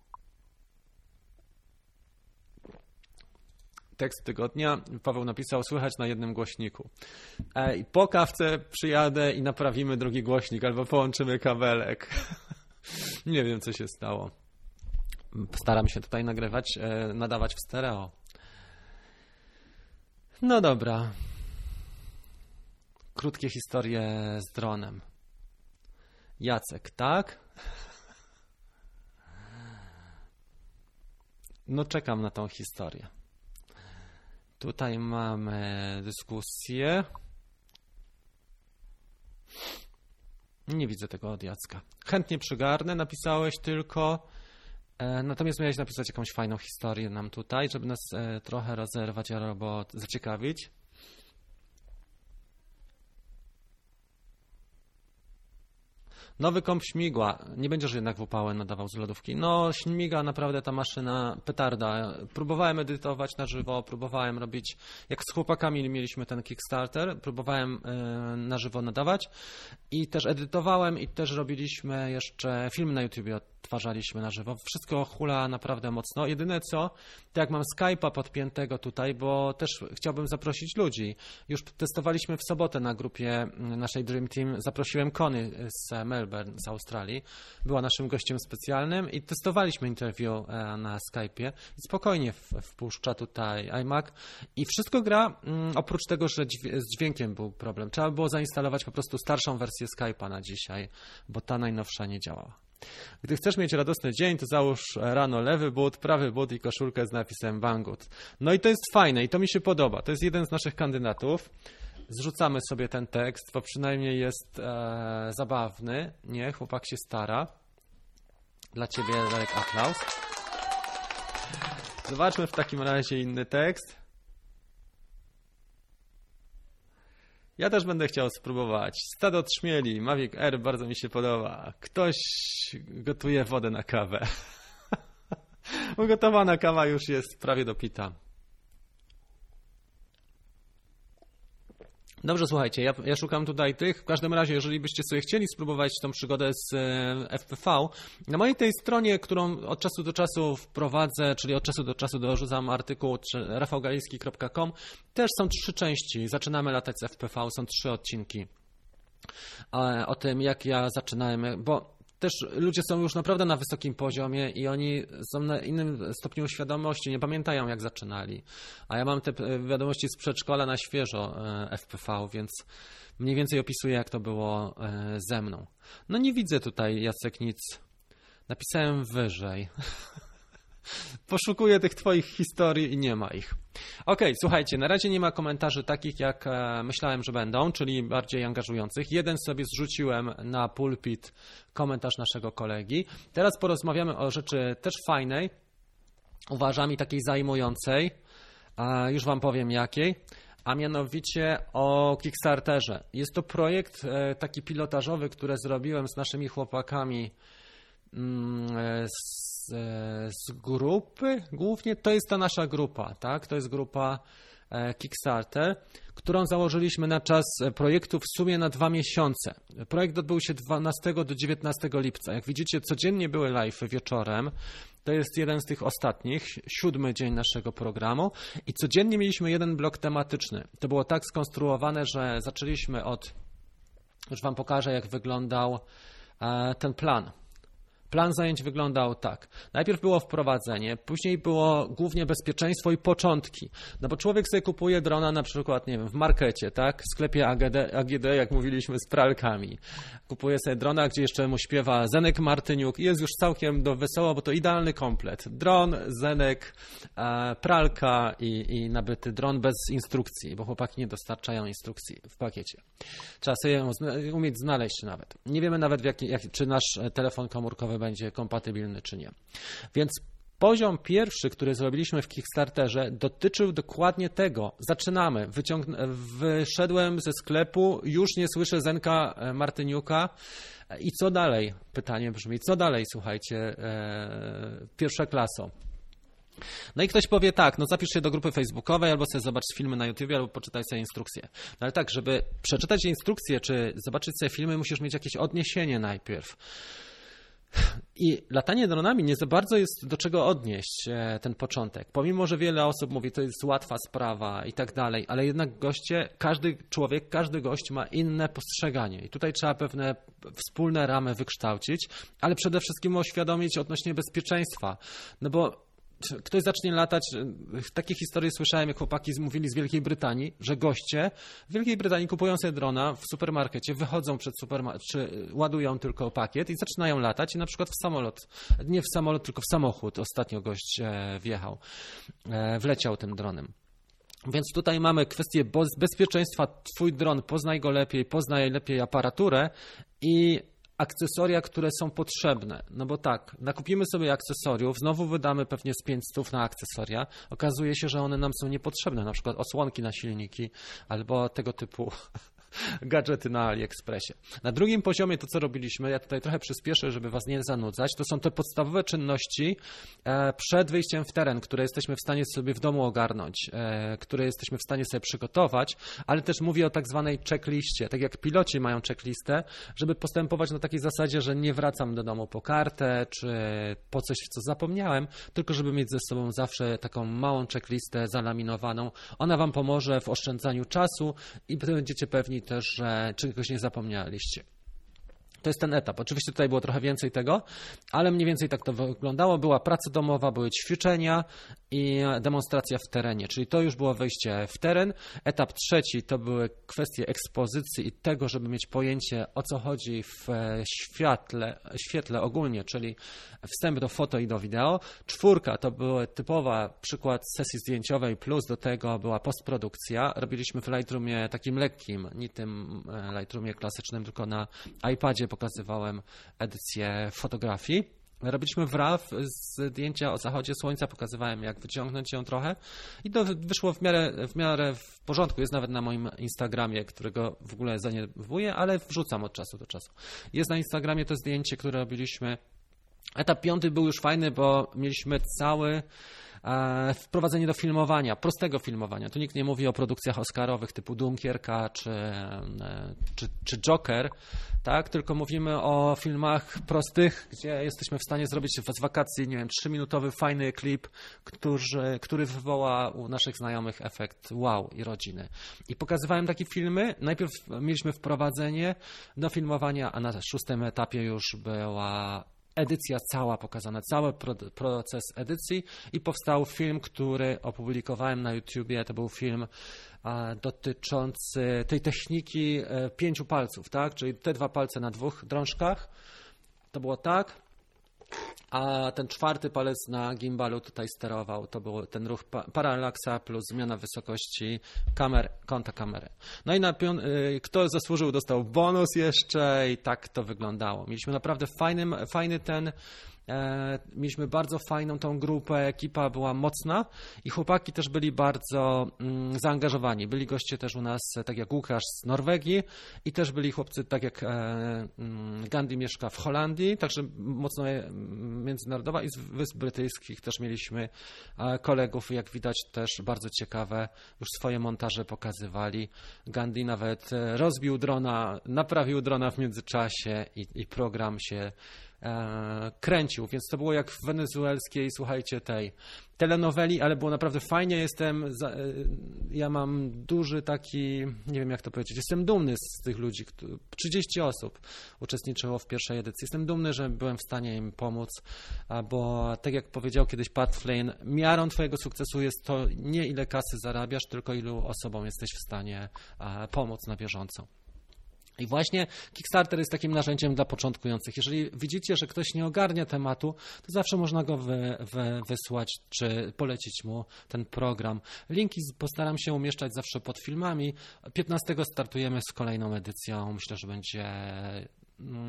Tekst tygodnia. Paweł napisał, słychać na jednym głośniku. Po kawce przyjadę i naprawimy drugi głośnik albo połączymy kabelek. Nie wiem, co się stało. Staram się tutaj nadawać w stereo. No dobra. Krótkie historie z dronem. Jacek, tak? No czekam na tą historię. Tutaj mamy dyskusję. Nie widzę tego od Jacka. Chętnie przygarnę, napisałeś tylko. Natomiast miałeś napisać jakąś fajną historię nam tutaj, żeby nas trochę rozerwać albo zaciekawić. Nowy komp śmigła. Nie będziesz jednak w upałę nadawał z lodówki. No, śmiga naprawdę ta maszyna, petarda. Próbowałem edytować na żywo, próbowałem robić, jak z chłopakami mieliśmy ten Kickstarter, próbowałem na żywo nadawać i też edytowałem i też robiliśmy jeszcze film na YouTubie, odtwarzaliśmy na żywo. Wszystko hula naprawdę mocno. Jedyne co, to jak mam Skype'a podpiętego tutaj, bo też chciałbym zaprosić ludzi. Już testowaliśmy w sobotę na grupie naszej Dream Team. Zaprosiłem Connie z Melbourne, z Australii. Była naszym gościem specjalnym i testowaliśmy interview na Skype'ie. I spokojnie wpuszcza tutaj iMac i wszystko gra, oprócz tego, że z dźwiękiem był problem. Trzeba było zainstalować po prostu starszą wersję Skype'a na dzisiaj, bo ta najnowsza nie działała. Gdy chcesz mieć radosny dzień, to załóż rano lewy but, prawy but i koszulkę z napisem Banggood. No i to jest fajne i to mi się podoba. To jest jeden z naszych kandydatów. Zrzucamy sobie ten tekst, bo przynajmniej jest zabawny. Nie, chłopak się stara. Dla ciebie, Darek, aplauz. Zobaczmy w takim razie inny tekst. Ja też będę chciał spróbować. Stado trzmieli, Mavic Air bardzo mi się podoba. Ktoś gotuje wodę na kawę. Ugotowana kawa już jest prawie dopita. Dobrze, słuchajcie, ja szukam tutaj tych. W każdym razie, jeżeli byście sobie chcieli spróbować tą przygodę z FPV, na mojej tej stronie, którą od czasu do czasu wprowadzę, czyli od czasu do czasu dorzucam artykuł rafałgaliński.com, też są 3 części. Zaczynamy latać z FPV, są 3 odcinki o tym, jak ja zaczynałem, bo też ludzie są już naprawdę na wysokim poziomie i oni są na innym stopniu świadomości, nie pamiętają jak zaczynali. A ja mam te wiadomości z przedszkola na świeżo FPV, więc mniej więcej opisuję jak to było ze mną. No nie widzę tutaj, Jacek, nic. Napisałem wyżej. Poszukuję tych twoich historii i nie ma ich. Okej, słuchajcie, na razie nie ma komentarzy takich, jak myślałem, że będą, czyli bardziej angażujących. Jeden sobie zrzuciłem na pulpit komentarz naszego kolegi. Teraz porozmawiamy o rzeczy też fajnej, uważam i takiej zajmującej. Już wam powiem jakiej. A mianowicie o Kickstarterze. Jest to projekt taki pilotażowy, który zrobiłem z naszymi chłopakami z grupy, głównie to jest ta nasza grupa, tak? To jest grupa Kickstarter, którą założyliśmy na czas projektu w sumie na 2 miesiące. Projekt odbył się 12 do 19 lipca. Jak widzicie, codziennie były live wieczorem. To jest jeden z tych ostatnich, 7. dzień naszego programu i codziennie mieliśmy jeden blok tematyczny. To było tak skonstruowane, że zaczęliśmy od, już wam pokażę jak wyglądał ten plan. Plan zajęć wyglądał tak. Najpierw było wprowadzenie, później było głównie bezpieczeństwo i początki. No bo człowiek sobie kupuje drona na przykład, nie wiem, w markecie, tak? W sklepie AGD, jak mówiliśmy, z pralkami. Kupuje sobie drona, gdzie jeszcze mu śpiewa Zenek Martyniuk i jest już całkiem do wesoło, bo to idealny komplet. Dron, Zenek, pralka i nabyty dron bez instrukcji, bo chłopaki nie dostarczają instrukcji w pakiecie. Trzeba sobie umieć znaleźć nawet. Nie wiemy nawet, czy nasz telefon komórkowy będzie kompatybilny, czy nie. Więc Poziom pierwszy, który zrobiliśmy w Kickstarterze, dotyczył dokładnie tego. Zaczynamy. Wyszedłem ze sklepu, już nie słyszę Zenka Martyniuka. I co dalej? Pytanie brzmi, co dalej, słuchajcie, pierwsza klaso. No i ktoś powie tak, no zapisz się do grupy facebookowej, albo sobie zobacz filmy na YouTubie, albo poczytaj sobie instrukcje. No ale tak, żeby przeczytać instrukcje, czy zobaczyć sobie filmy, musisz mieć jakieś odniesienie najpierw. I latanie dronami nie za bardzo jest do czego odnieść ten początek. Pomimo, że wiele osób mówi, to jest łatwa sprawa i tak dalej, ale jednak goście, każdy człowiek, każdy gość ma inne postrzeganie. I tutaj trzeba pewne wspólne ramy wykształcić, ale przede wszystkim uświadomić odnośnie bezpieczeństwa. No bo ktoś zacznie latać, takie historie słyszałem, jak chłopaki mówili z Wielkiej Brytanii, że goście w Wielkiej Brytanii kupują sobie drona w supermarkecie, wychodzą przed czy ładują tylko pakiet i zaczynają latać i na przykład w samolot, nie w samolot, tylko w samochód. Ostatnio gość wjechał, wleciał tym dronem. Więc tutaj mamy kwestię bezpieczeństwa. Twój dron, poznaj go lepiej, poznaj lepiej aparaturę i akcesoria, które są potrzebne. No bo tak, nakupimy sobie akcesoriów, znowu wydamy pewnie z 500 na akcesoria. Okazuje się, że one nam są niepotrzebne, na przykład osłonki na silniki albo tego typu gadżety na AliExpressie. Na drugim poziomie to, co robiliśmy, ja tutaj trochę przyspieszę, żeby was nie zanudzać, to są te podstawowe czynności przed wyjściem w teren, które jesteśmy w stanie sobie w domu ogarnąć, które jesteśmy w stanie sobie przygotować, ale też mówię o tak zwanej checkliście, tak jak piloci mają checklistę, żeby postępować na takiej zasadzie, że nie wracam do domu po kartę, czy po coś, w co zapomniałem, tylko żeby mieć ze sobą zawsze taką małą checklistę zalaminowaną. Ona wam pomoże w oszczędzaniu czasu i będziecie pewni też, że czegoś nie zapomnieliście. To jest ten etap. Oczywiście tutaj było trochę więcej tego, ale mniej więcej tak to wyglądało. Była praca domowa, były ćwiczenia i demonstracja w terenie, czyli to już było wejście w teren. Etap trzeci to były kwestie ekspozycji i tego, żeby mieć pojęcie, o co chodzi w świetle ogólnie, czyli wstęp do foto i do wideo. Czwórka to był typowa przykład sesji zdjęciowej, plus do tego była postprodukcja. Robiliśmy w Lightroomie takim lekkim, nie tym Lightroomie klasycznym, tylko na iPadzie pokazywałem edycję fotografii. Robiliśmy w RAW zdjęcia o zachodzie słońca, pokazywałem, jak wyciągnąć ją trochę i to wyszło w miarę w porządku. Jest nawet na moim Instagramie, którego w ogóle zaniedbuję, ale wrzucam od czasu do czasu. Jest na Instagramie to zdjęcie, które robiliśmy. Etap 5 był już fajny, bo mieliśmy całe wprowadzenie do filmowania, prostego filmowania. Tu nikt nie mówi o produkcjach oscarowych typu Dunkierka czy Joker, tak? Tylko mówimy o filmach prostych, gdzie jesteśmy w stanie zrobić z wakacji, nie wiem, 3-minutowy fajny klip, który wywoła u naszych znajomych efekt wow i rodziny. I pokazywałem takie filmy. Najpierw mieliśmy wprowadzenie do filmowania, a na 6. etapie już była edycja cała pokazana, cały proces edycji i powstał film, który opublikowałem na YouTubie. To był film dotyczący tej techniki 5 palców, tak? Czyli te 2 palce na 2 drążkach. To było tak. A ten 4. palec na gimbalu tutaj sterował. To był ten ruch paralaksa plus zmiana wysokości kąta kamery. No i kto zasłużył, dostał bonus jeszcze i tak to wyglądało. Mieliśmy naprawdę mieliśmy bardzo fajną tą grupę, ekipa była mocna i chłopaki też byli bardzo zaangażowani. Byli goście też u nas, tak jak Łukasz z Norwegii i też byli chłopcy, tak jak Gandhi mieszka w Holandii, także mocno międzynarodowa i z Wysp Brytyjskich też mieliśmy kolegów, jak widać też bardzo ciekawe, już swoje montaże pokazywali. Gandhi nawet rozbił drona, naprawił drona w międzyczasie i program się kręcił, więc to było jak w wenezuelskiej, słuchajcie, tej telenoweli, ale było naprawdę fajnie. Ja mam duży taki, nie wiem jak to powiedzieć, jestem dumny z tych ludzi, 30 osób uczestniczyło w pierwszej edycji. Jestem dumny, że byłem w stanie im pomóc, bo tak jak powiedział kiedyś Pat Flynn, miarą twojego sukcesu jest to nie ile kasy zarabiasz, tylko ilu osobom jesteś w stanie pomóc na bieżąco. I właśnie Kickstarter jest takim narzędziem dla początkujących. Jeżeli widzicie, że ktoś nie ogarnia tematu, to zawsze można go wysłać czy polecić mu ten program. Linki postaram się umieszczać zawsze pod filmami. 15 startujemy z kolejną edycją. Myślę, że będzie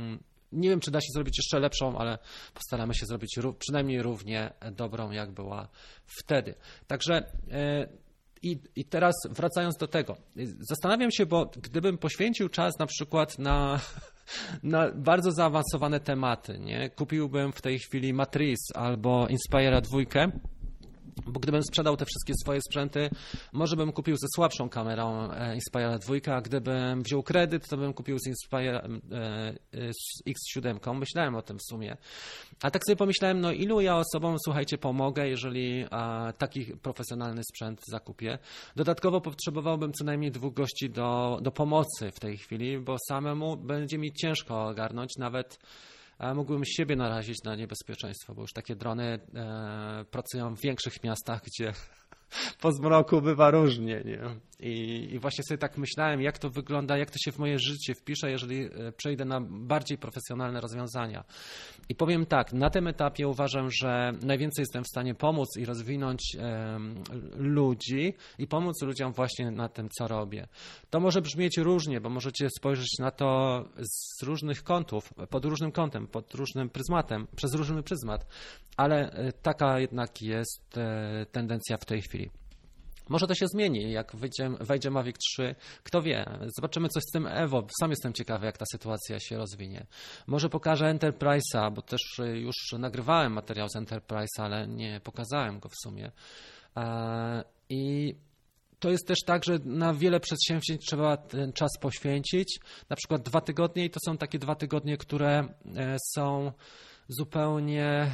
Nie wiem, czy da się zrobić jeszcze lepszą, ale postaramy się zrobić przynajmniej równie dobrą, jak była wtedy. Także i teraz wracając do tego, zastanawiam się, bo gdybym poświęcił czas na przykład na bardzo zaawansowane tematy, nie? Kupiłbym w tej chwili Matrice albo Inspira 2, bo gdybym sprzedał te wszystkie swoje sprzęty, może bym kupił ze słabszą kamerą Inspira 2, a gdybym wziął kredyt, to bym kupił z Inspira z X7. Myślałem o tym w sumie. A tak sobie pomyślałem, no ilu ja osobom, słuchajcie, pomogę, jeżeli taki profesjonalny sprzęt zakupię. Dodatkowo potrzebowałbym co najmniej 2 gości do pomocy w tej chwili, bo samemu będzie mi ciężko ogarnąć, nawet mógłbym siebie narazić na niebezpieczeństwo, bo już takie drony pracują w większych miastach, gdzie po zmroku bywa różnie, nie? I właśnie sobie tak myślałem, jak to wygląda, jak to się w moje życie wpisze, jeżeli przejdę na bardziej profesjonalne rozwiązania. I powiem tak, na tym etapie uważam, że najwięcej jestem w stanie pomóc i rozwinąć ludzi i pomóc ludziom właśnie na tym, co robię. To może brzmieć różnie, bo możecie spojrzeć na to z różnych kątów, pod różnym kątem, pod różnym pryzmatem, przez różny pryzmat, ale taka jednak jest tendencja w tej chwili. Może to się zmieni, jak wejdzie Mavic 3, kto wie, zobaczymy coś z tym Evo, sam jestem ciekawy, jak ta sytuacja się rozwinie. Może pokażę Enterprise'a, bo też już nagrywałem materiał z Enterprise'a, ale nie pokazałem go w sumie. I to jest też tak, że na wiele przedsięwzięć trzeba ten czas poświęcić, na przykład 2 tygodnie i to są takie 2 tygodnie, które są zupełnie,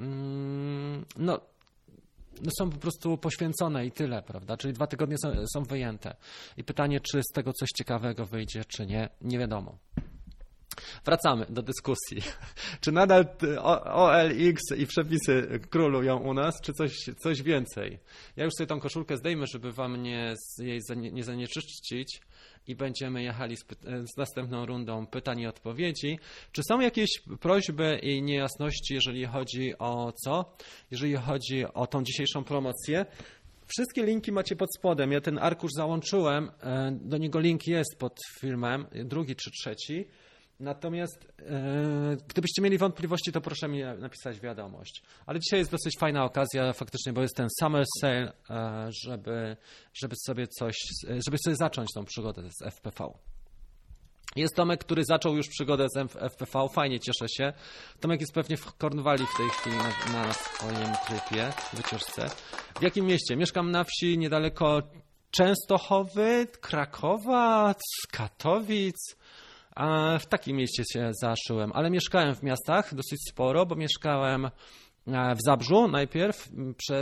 są po prostu poświęcone i tyle, prawda? Czyli 2 tygodnie są wyjęte. I pytanie, czy z tego coś ciekawego wyjdzie, czy nie, nie wiadomo. Wracamy do dyskusji. Czy nadal OLX i przepisy królują u nas, czy coś więcej? Ja już sobie tą koszulkę zdejmę, żeby wam jej nie zanieczyścić i będziemy jechali z następną rundą pytań i odpowiedzi. Czy są jakieś prośby i niejasności, jeżeli chodzi o co? Jeżeli chodzi o tą dzisiejszą promocję? Wszystkie linki macie pod spodem. Ja ten arkusz załączyłem, do niego link jest pod filmem, 2. czy 3. Natomiast gdybyście mieli wątpliwości, to proszę mi napisać wiadomość. Ale dzisiaj jest dosyć fajna okazja faktycznie, bo jest ten summer sale, żeby sobie zacząć tą przygodę z FPV. Jest Tomek, który zaczął już przygodę z FPV, fajnie, cieszę się. Tomek jest pewnie w Cornwalli w tej chwili na swoim tripie, wycieczce. W jakim mieście? Mieszkam na wsi niedaleko Częstochowy, Krakowa, Katowic. W takim mieście się zaszyłem, ale mieszkałem w miastach dosyć sporo, bo mieszkałem w Zabrzu najpierw przez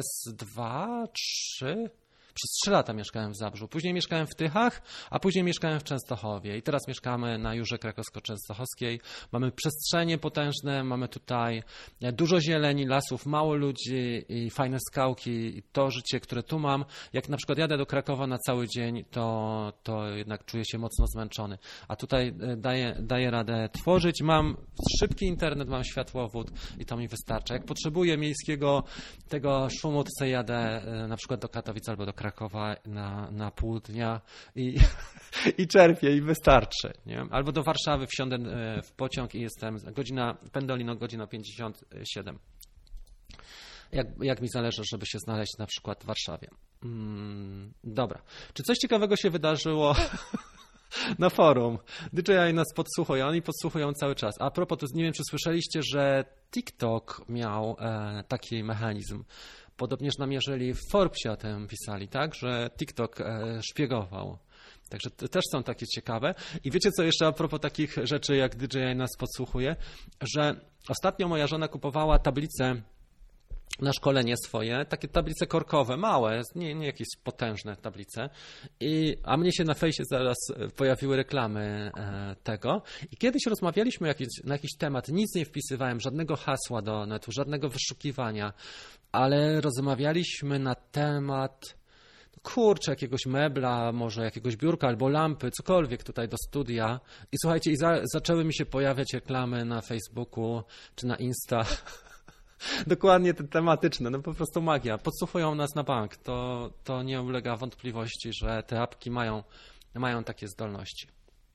3 lata mieszkałem w Zabrzu. Później mieszkałem w Tychach, a później mieszkałem w Częstochowie. I teraz mieszkamy na Jurze Krakowsko-Częstochowskiej. Mamy przestrzenie potężne, mamy tutaj dużo zieleni, lasów, mało ludzi i fajne skałki. I to życie, które tu mam, jak na przykład jadę do Krakowa na cały dzień, to jednak czuję się mocno zmęczony. A tutaj daję radę tworzyć. Mam szybki internet, mam światłowód i to mi wystarcza. Jak potrzebuję miejskiego tego szumu, to sobie jadę na przykład do Katowic albo do Krakowa na pół dnia i czerpię i wystarczy. Nie? Albo do Warszawy wsiądę w pociąg i jestem Pendolino, godzina 57. Jak mi zależy, żeby się znaleźć na przykład w Warszawie. Dobra. Czy coś ciekawego się wydarzyło na forum? DJI nas podsłuchuje, oni podsłuchują cały czas. A propos, to nie wiem, czy słyszeliście, że TikTok miał taki mechanizm. Podobnież namierzyli w Forbesie o tym pisali, tak, że TikTok szpiegował. Także też są takie ciekawe. I wiecie co jeszcze a propos takich rzeczy, jak DJI nas podsłuchuje, że ostatnio moja żona kupowała tablice na szkolenie swoje, takie tablice korkowe, małe, nie jakieś potężne tablice, a mnie się na fejsie zaraz pojawiły reklamy tego i kiedyś rozmawialiśmy na jakiś temat, nic nie wpisywałem, żadnego hasła do netu, żadnego wyszukiwania, ale rozmawialiśmy na temat jakiegoś mebla, może jakiegoś biurka albo lampy, cokolwiek tutaj do studia i słuchajcie, zaczęły mi się pojawiać reklamy na Facebooku czy na Insta. Dokładnie te tematyczne, no po prostu magia. Podsłuchują nas na bank. To nie ulega wątpliwości, że te apki mają takie zdolności.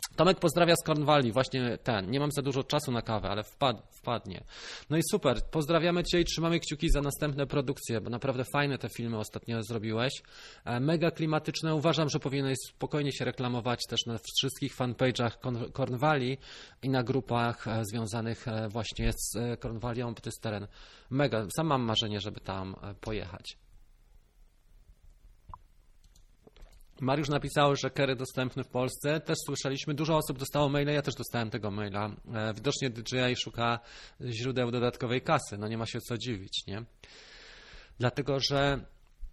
Tomek pozdrawia z Cornwalli, właśnie ten. Nie mam za dużo czasu na kawę, ale wpadnie. No i super, pozdrawiamy Cię i trzymamy kciuki za następne produkcje, bo naprawdę fajne te filmy ostatnio zrobiłeś. Mega klimatyczne. Uważam, że powinieneś spokojnie się reklamować też na wszystkich fanpage'ach Cornwalli i na grupach związanych właśnie z Cornwallią, bo to jest teren mega. Sam mam marzenie, żeby tam pojechać. Mariusz napisał, że Kerry dostępny w Polsce. Też słyszeliśmy, dużo osób dostało maila, ja też dostałem tego maila. Widocznie DJI szuka źródeł dodatkowej kasy. No nie ma się co dziwić, nie? Dlatego, że...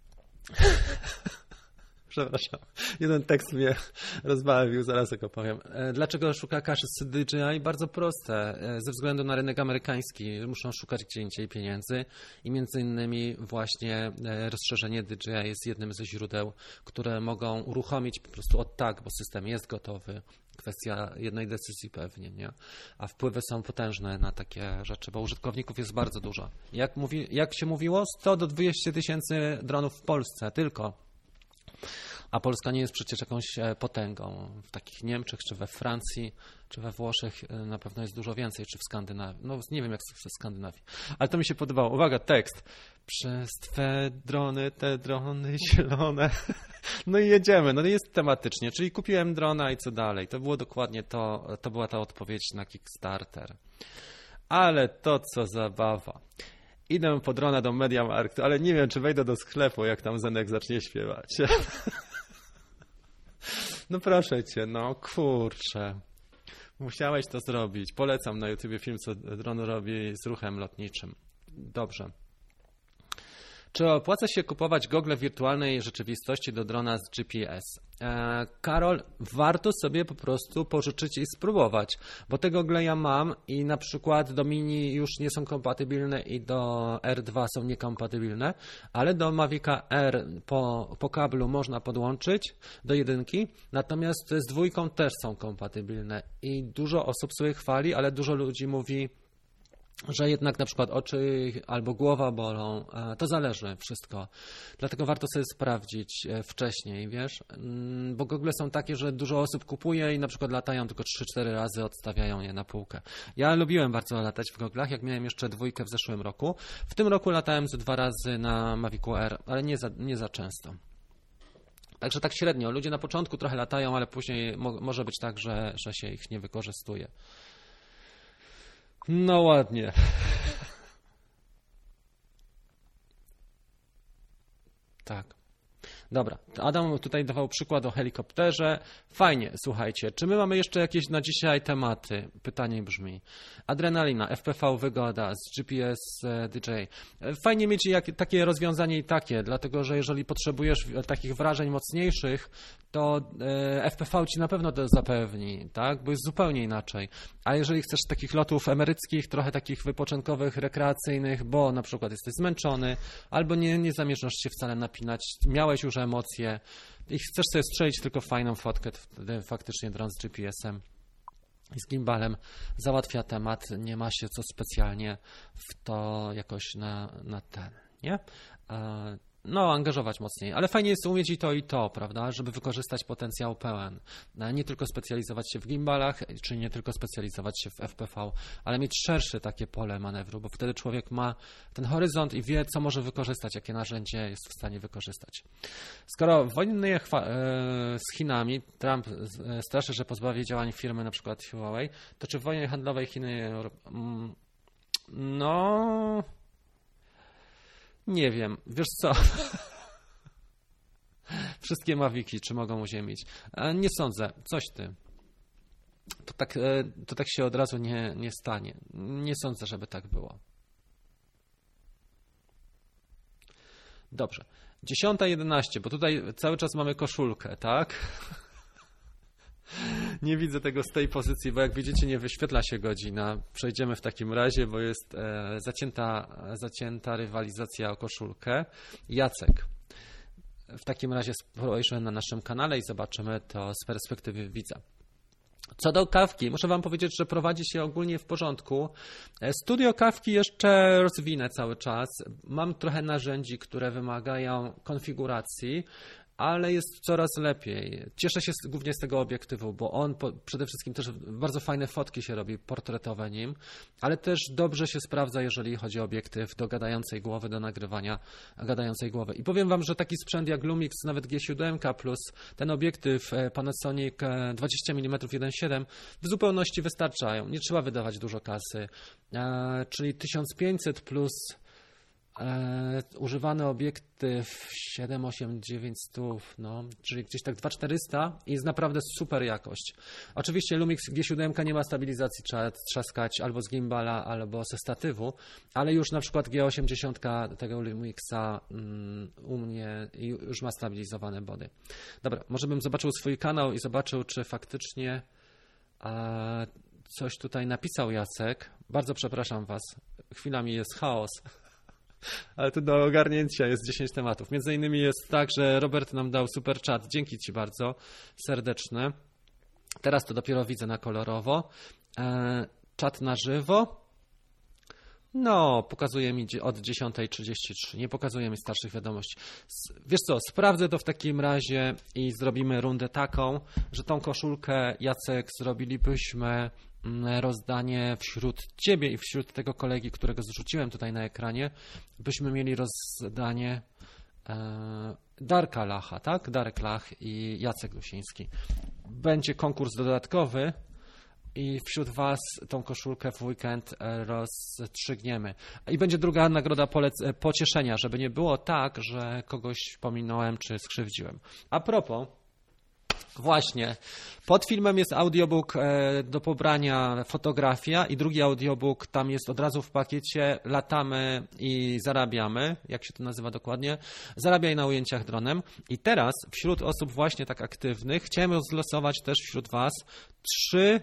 Przepraszam, jeden tekst mnie rozbawił, zaraz go powiem. Dlaczego szuka kasy z DJI? Bardzo proste. Ze względu na rynek amerykański muszą szukać gdzie indziej pieniędzy i między innymi właśnie rozszerzenie DJI jest jednym ze źródeł, które mogą uruchomić po prostu od tak, bo system jest gotowy. Kwestia jednej decyzji pewnie, nie? A wpływy są potężne na takie rzeczy, bo użytkowników jest bardzo dużo. Jak się mówiło, 100 do 200 tysięcy dronów w Polsce tylko. A Polska nie jest przecież jakąś potęgą. W takich Niemczech, czy we Francji, czy we Włoszech na pewno jest dużo więcej, czy w Skandynawii. No nie wiem jak w Skandynawii. Ale to mi się podobało. Uwaga, tekst. Przez Twe drony, te drony zielone. No i jedziemy. No jest tematycznie. Czyli kupiłem drona i co dalej. To było dokładnie to była ta odpowiedź na Kickstarter. Ale to co zabawa. Idę po drona do MediaMarktu, ale nie wiem, czy wejdę do sklepu, jak tam Zenek zacznie śpiewać. No proszę Cię, no kurczę. Musiałeś to zrobić. Polecam na YouTubie film, co dron robi z ruchem lotniczym. Dobrze. Czy opłaca się kupować gogle wirtualnej rzeczywistości do drona z GPS? Karol, warto sobie po prostu pożyczyć i spróbować, bo te gogle ja mam i na przykład do Mini już nie są kompatybilne i do R2 są niekompatybilne, ale do Mavica R po kablu można podłączyć do jedynki, natomiast z dwójką też są kompatybilne i dużo osób sobie chwali, ale dużo ludzi mówi, że jednak na przykład oczy albo głowa bolą, to zależy wszystko. Dlatego warto sobie sprawdzić wcześniej, wiesz, bo gogle są takie, że dużo osób kupuje i na przykład latają tylko 3-4 razy, odstawiają je na półkę. Ja lubiłem bardzo latać w goglach, jak miałem jeszcze dwójkę w zeszłym roku. W tym roku latałem ze 2 razy na Mavicu R, ale nie za często. Także tak średnio. Ludzie na początku trochę latają, ale później może być tak, że się ich nie wykorzystuje. No ładnie. Tak. Dobra, Adam tutaj dawał przykład o helikopterze. Fajnie, słuchajcie, czy my mamy jeszcze jakieś na dzisiaj tematy? Pytanie brzmi. Adrenalina, FPV, wygoda, z GPS DJI. Fajnie mieć takie rozwiązanie i takie, dlatego że jeżeli potrzebujesz takich wrażeń mocniejszych, to FPV ci na pewno to zapewni, tak? Bo jest zupełnie inaczej. A jeżeli chcesz takich lotów emeryckich, trochę takich wypoczynkowych, rekreacyjnych, bo na przykład jesteś zmęczony, albo nie zamierzasz się wcale napinać, miałeś już emocje i chcesz sobie strzelić tylko fajną fotkę, wtedy faktycznie dron z GPS-em i z gimbalem załatwia temat, nie ma się co specjalnie w to jakoś na ten, nie? No, angażować mocniej, ale fajnie jest umieć i to, prawda, żeby wykorzystać potencjał pełen. Nie tylko specjalizować się w gimbalach, czy nie tylko specjalizować się w FPV, ale mieć szersze takie pole manewru, bo wtedy człowiek ma ten horyzont i wie, co może wykorzystać, jakie narzędzie jest w stanie wykorzystać. Skoro w wojnie z Chinami Trump straszy, że pozbawi działań firmy, na przykład Huawei, to czy w wojnie handlowej Chiny... No... Nie wiem, wiesz co? Wszystkie Maviki, czy mogą uziemić? Nie sądzę, coś ty. To tak się od razu nie stanie. Nie sądzę, żeby tak było. Dobrze. 10:11, bo tutaj cały czas mamy koszulkę, tak? Nie widzę tego z tej pozycji, bo jak widzicie nie wyświetla się godzina. Przejdziemy w takim razie, bo jest zacięta rywalizacja o koszulkę. Jacek. W takim razie spojrzymy na naszym kanale i zobaczymy to z perspektywy widza. Co do kawki, muszę Wam powiedzieć, że prowadzi się ogólnie w porządku. Studio kawki jeszcze rozwinę cały czas. Mam trochę narzędzi, które wymagają konfiguracji. ale jest coraz lepiej. Cieszę się głównie z tego obiektywu, bo on przede wszystkim też bardzo fajne fotki się robi, portretowe nim, ale też dobrze się sprawdza, jeżeli chodzi o obiektyw do gadającej głowy, do nagrywania gadającej głowy. I powiem wam, że taki sprzęt jak Lumix, nawet G7 plus ten obiektyw Panasonic 20 mm 1.7 w zupełności wystarczają. Nie trzeba wydawać dużo kasy, czyli 1500 plus używany obiektyw 7, 8, 900, no, czyli gdzieś tak 2400 i jest naprawdę super jakość. Oczywiście Lumix G7 nie ma stabilizacji, trzeba trzaskać albo z gimbala, albo ze statywu, ale już na przykład G80 tego Lumixa u mnie już ma stabilizowane body. Dobra, może bym zobaczył swój kanał i zobaczył, czy faktycznie coś tutaj napisał Jacek. Bardzo przepraszam was, chwilami jest chaos. Ale to do ogarnięcia jest 10 tematów. Między innymi jest tak, że Robert nam dał super czat. Dzięki ci bardzo serdeczne. Teraz to dopiero widzę na kolorowo. Czat na żywo. No, pokazuje mi od 10:33. Nie pokazuje mi starszych wiadomości. Wiesz co, sprawdzę to w takim razie i zrobimy rundę taką, że tą koszulkę, Jacek, zrobilibyśmy rozdanie wśród ciebie i wśród tego kolegi, którego zrzuciłem tutaj na ekranie, byśmy mieli rozdanie Darka Lacha, tak? Darek Lach i Jacek Dusiński. Będzie konkurs dodatkowy i wśród was tą koszulkę w weekend rozstrzygniemy. I będzie druga nagroda pocieszenia, żeby nie było tak, że kogoś pominąłem czy skrzywdziłem. A propos, właśnie, pod filmem jest audiobook do pobrania, fotografia i drugi audiobook, tam jest od razu w pakiecie Latamy i zarabiamy, jak się to nazywa dokładnie, zarabiaj na ujęciach dronem. I teraz wśród osób właśnie tak aktywnych chciałem rozlosować też wśród was trzy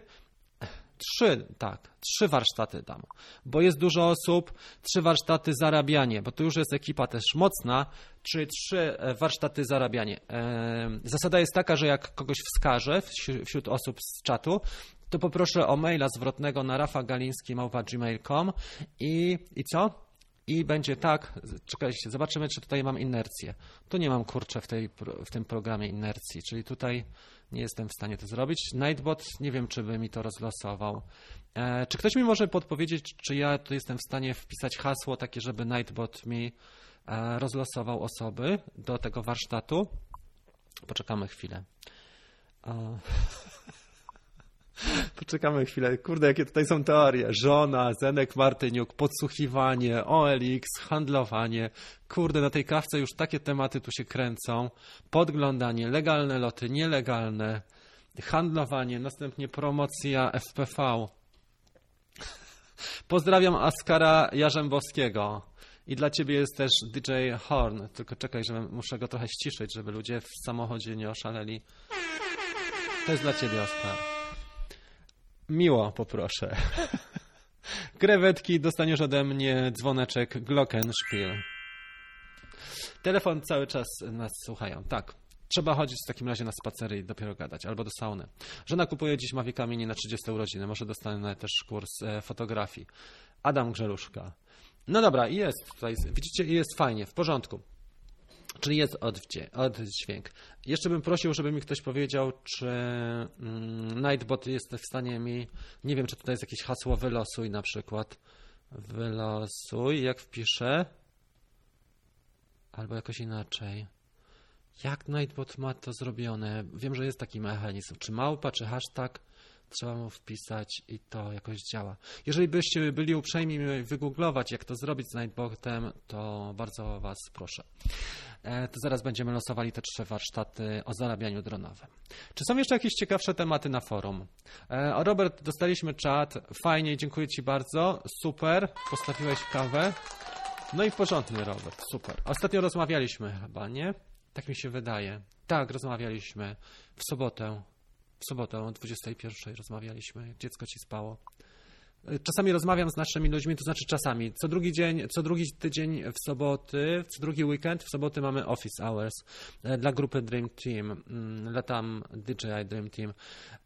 warsztaty dam, bo jest dużo osób, 3 warsztaty zarabianie, bo tu już jest ekipa też mocna, czyli 3 warsztaty zarabianie. Zasada jest taka, że jak kogoś wskażę wśród osób z czatu, to poproszę o maila zwrotnego na rafagaliński@gmail.com i co? I będzie tak, czekajcie, zobaczymy, czy tutaj mam inercję. Tu nie mam, kurczę, w tym programie inercji, czyli tutaj nie jestem w stanie to zrobić. Nightbot, nie wiem, czy by mi to rozlosował. Czy ktoś mi może podpowiedzieć, czy ja tu jestem w stanie wpisać hasło takie, żeby Nightbot mi rozlosował osoby do tego warsztatu? Poczekamy chwilę. Poczekamy chwilę. Kurde, jakie tutaj są teorie. Żona, Zenek Martyniuk, podsłuchiwanie, OLX, handlowanie. Kurde, na tej kawce już takie tematy tu się kręcą. Podglądanie, legalne loty, nielegalne, handlowanie, następnie promocja FPV. Pozdrawiam Askara Jarzębowskiego. I dla ciebie jest też DJ Horn. Tylko czekaj, że muszę go trochę ściszyć, żeby ludzie w samochodzie nie oszaleli. To jest dla ciebie, Oskar. Miło, poproszę. Krewetki, dostaniesz ode mnie dzwoneczek Glockenspiel. Telefon cały czas nas słuchają. Tak, trzeba chodzić w takim razie na spacery i dopiero gadać, albo do sauny. Żona kupuje dziś Mavica Mini na 30 urodziny. Może dostanę też kurs fotografii. Adam Grzeluszka. No dobra, jest tutaj, widzicie, jest fajnie, w porządku. Czyli jest oddźwięk. Jeszcze bym prosił, żeby mi ktoś powiedział, czy Nightbot jest w stanie mi, nie wiem, czy tutaj jest jakieś hasło wylosuj na przykład. Wylosuj, jak wpiszę, albo jakoś inaczej. Jak Nightbot ma to zrobione? Wiem, że jest taki mechanizm. Czy małpa, czy hashtag? Trzeba mu wpisać i to jakoś działa. Jeżeli byście byli uprzejmi wygooglować, jak to zrobić z Nightbotem, to bardzo was proszę. To zaraz będziemy losowali te 3 warsztaty o zarabianiu dronowym. Czy są jeszcze jakieś ciekawsze tematy na forum? Robert, dostaliśmy czat. Fajnie, dziękuję ci bardzo. Super, postawiłeś kawę. No i porządny, Robert, super. Ostatnio rozmawialiśmy chyba, nie? Tak mi się wydaje. Tak, rozmawialiśmy w sobotę. W sobotę o 21:00 rozmawialiśmy, dziecko ci spało. Czasami rozmawiam z naszymi ludźmi, to znaczy czasami. Co drugi tydzień w soboty, co drugi weekend w soboty mamy office hours dla grupy Dream Team. Latam DJI Dream Team.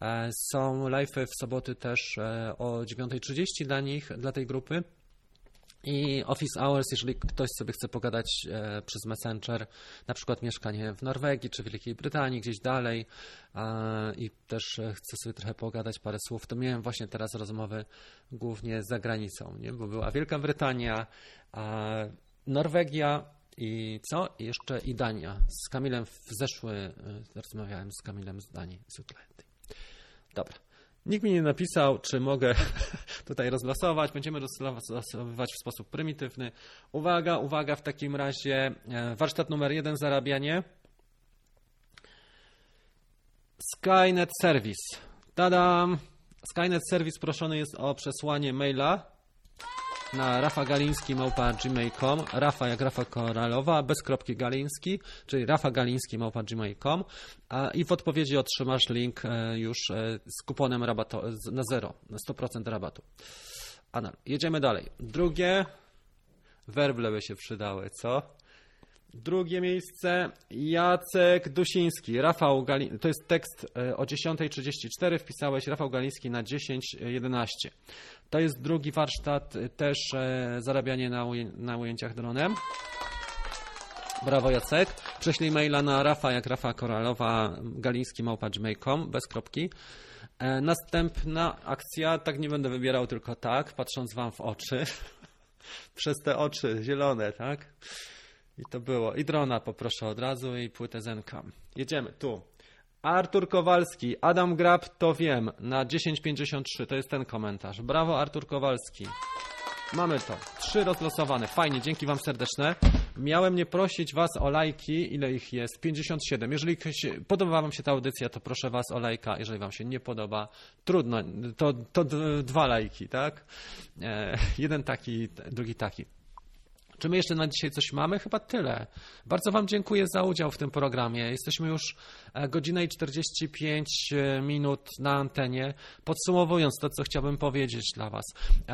Są live'y w soboty też o 9:30 dla nich, dla tej grupy. I Office Hours, jeżeli ktoś sobie chce pogadać przez Messenger, na przykład mieszkanie w Norwegii czy w Wielkiej Brytanii, gdzieś dalej i też chce sobie trochę pogadać parę słów, to miałem właśnie teraz rozmowy głównie za granicą, nie? Bo była Wielka Brytania, Norwegia i co? I jeszcze i Dania. Z Kamilem rozmawiałem z Kamilem z Danii, z Jutlandii. Dobra. Nikt mi nie napisał, czy mogę tutaj rozlosować. Będziemy rozlosowywać w sposób prymitywny. Uwaga, w takim razie warsztat numer 1, zarabianie. Skynet Service. Tadam! Skynet Service proszony jest o przesłanie maila na rafagaliński@gmail.com. Rafa jak Rafa Koralowa, bez kropki Galiński, czyli rafagaliński@gmail.com. I w odpowiedzi otrzymasz link już z kuponem rabatu na 0, na 100% rabatu. Jedziemy dalej. Drugie, werble by się przydały, co? Drugie miejsce, Jacek Dusiński, Rafał Galiński, to jest tekst o 10:34, wpisałeś Rafał Galiński na 10:11. To jest drugi warsztat, też zarabianie na ujęciach dronem. Brawo Jacek. Prześlij maila na Rafa jak Rafa Koralowa, galiński@gmail.com, bez kropki. Następna akcja, tak nie będę wybierał, tylko tak, patrząc wam w oczy, przez te oczy zielone, tak? I to było. I drona poproszę od razu i płytę Zenka. Jedziemy, tu. Artur Kowalski, Adam Grab, to wiem, na 10:53, to jest ten komentarz. Brawo Artur Kowalski. Mamy to. 3 rozlosowane. Fajnie, dzięki wam serdeczne. Miałem nie prosić was o lajki, ile ich jest? 57. Jeżeli podoba wam się ta audycja, to proszę was o lajka. Jeżeli wam się nie podoba, trudno, to 2 lajki, tak? Jeden taki, drugi taki. Czy my jeszcze na dzisiaj coś mamy? Chyba tyle. Bardzo wam dziękuję za udział w tym programie. Jesteśmy już godzinę i 45 minut na antenie. Podsumowując to, co chciałbym powiedzieć dla was.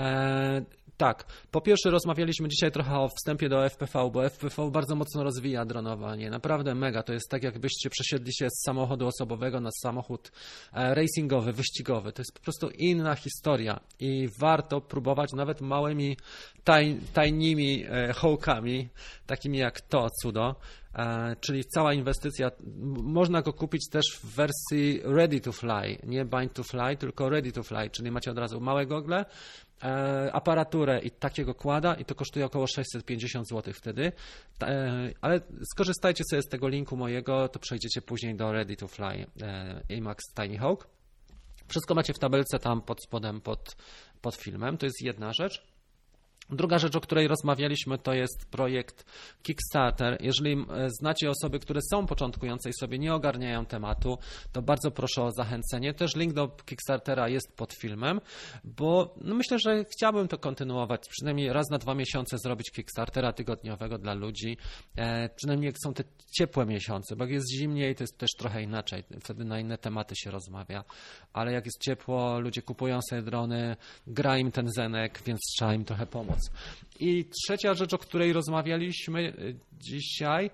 Tak, po pierwsze rozmawialiśmy dzisiaj trochę o wstępie do FPV, bo FPV bardzo mocno rozwija dronowanie, naprawdę mega, to jest tak jakbyście przesiedli się z samochodu osobowego na samochód racingowy, wyścigowy, to jest po prostu inna historia i warto próbować nawet małymi, tajnymi hołkami, takimi jak to cudo, czyli cała inwestycja, można go kupić też w wersji ready to fly, nie bind to fly, tylko ready to fly, czyli macie od razu małe gogle, aparaturę i takiego kłada i to kosztuje około 650 zł wtedy, ale skorzystajcie sobie z tego linku mojego, to przejdziecie później do Ready to Fly AMAX Tiny Hawk. Wszystko macie w tabelce tam pod spodem, pod filmem, to jest jedna rzecz. Druga rzecz, o której rozmawialiśmy, to jest projekt Kickstarter. Jeżeli znacie osoby, które są początkujące i sobie nie ogarniają tematu, to bardzo proszę o zachęcenie. Też link do Kickstartera jest pod filmem, bo myślę, że chciałbym to kontynuować. Przynajmniej raz na 2 miesiące zrobić Kickstartera tygodniowego dla ludzi. Przynajmniej jak są te ciepłe miesiące, bo jak jest zimniej, to jest też trochę inaczej. Wtedy na inne tematy się rozmawia. Ale jak jest ciepło, ludzie kupują sobie drony, gra im ten Zenek, więc trzeba im trochę pomóc. I trzecia rzecz, o której rozmawialiśmy dzisiaj,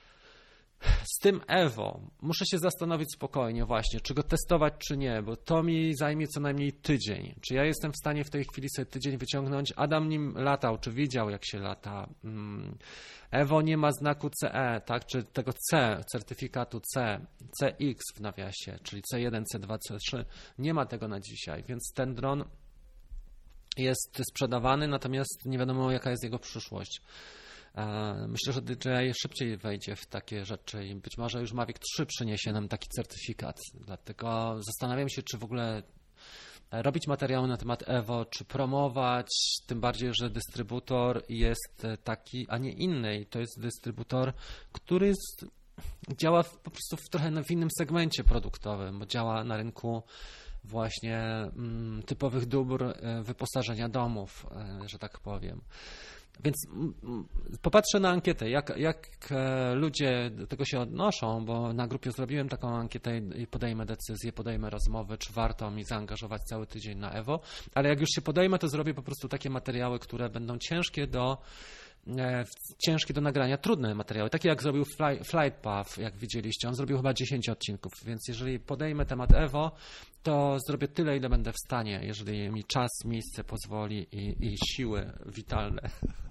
z tym Evo. Muszę się zastanowić spokojnie właśnie, czy go testować, czy nie, bo to mi zajmie co najmniej tydzień. Czy ja jestem w stanie w tej chwili sobie tydzień wyciągnąć? Adam nim latał, czy widział, jak się lata? Evo nie ma znaku CE, tak? Czy tego C, certyfikatu C, CX w nawiasie, czyli C1, C2, C3. Nie ma tego na dzisiaj, więc ten dron jest sprzedawany, natomiast nie wiadomo, jaka jest jego przyszłość. Myślę, że DJI szybciej wejdzie w takie rzeczy i być może już Mavic 3 przyniesie nam taki certyfikat. Dlatego zastanawiam się, czy w ogóle robić materiały na temat Evo, czy promować, tym bardziej, że dystrybutor jest taki, a nie inny. I to jest dystrybutor, który działa po prostu trochę w innym segmencie produktowym, bo działa na rynku właśnie typowych dóbr wyposażenia domów, że tak powiem. Więc popatrzę na ankietę, jak ludzie do tego się odnoszą, bo na grupie zrobiłem taką ankietę i podejmę decyzję, podejmę rozmowę, czy warto mi zaangażować cały tydzień na Evo, ale jak już się podejmę, to zrobię po prostu takie materiały, które będą ciężkie do ciężkie do nagrania, trudne materiały, takie jak zrobił Flight Path, jak widzieliście. On zrobił chyba 10 odcinków, więc jeżeli podejmę temat Evo, to zrobię tyle, ile będę w stanie, jeżeli mi czas, miejsce pozwoli i siły witalne.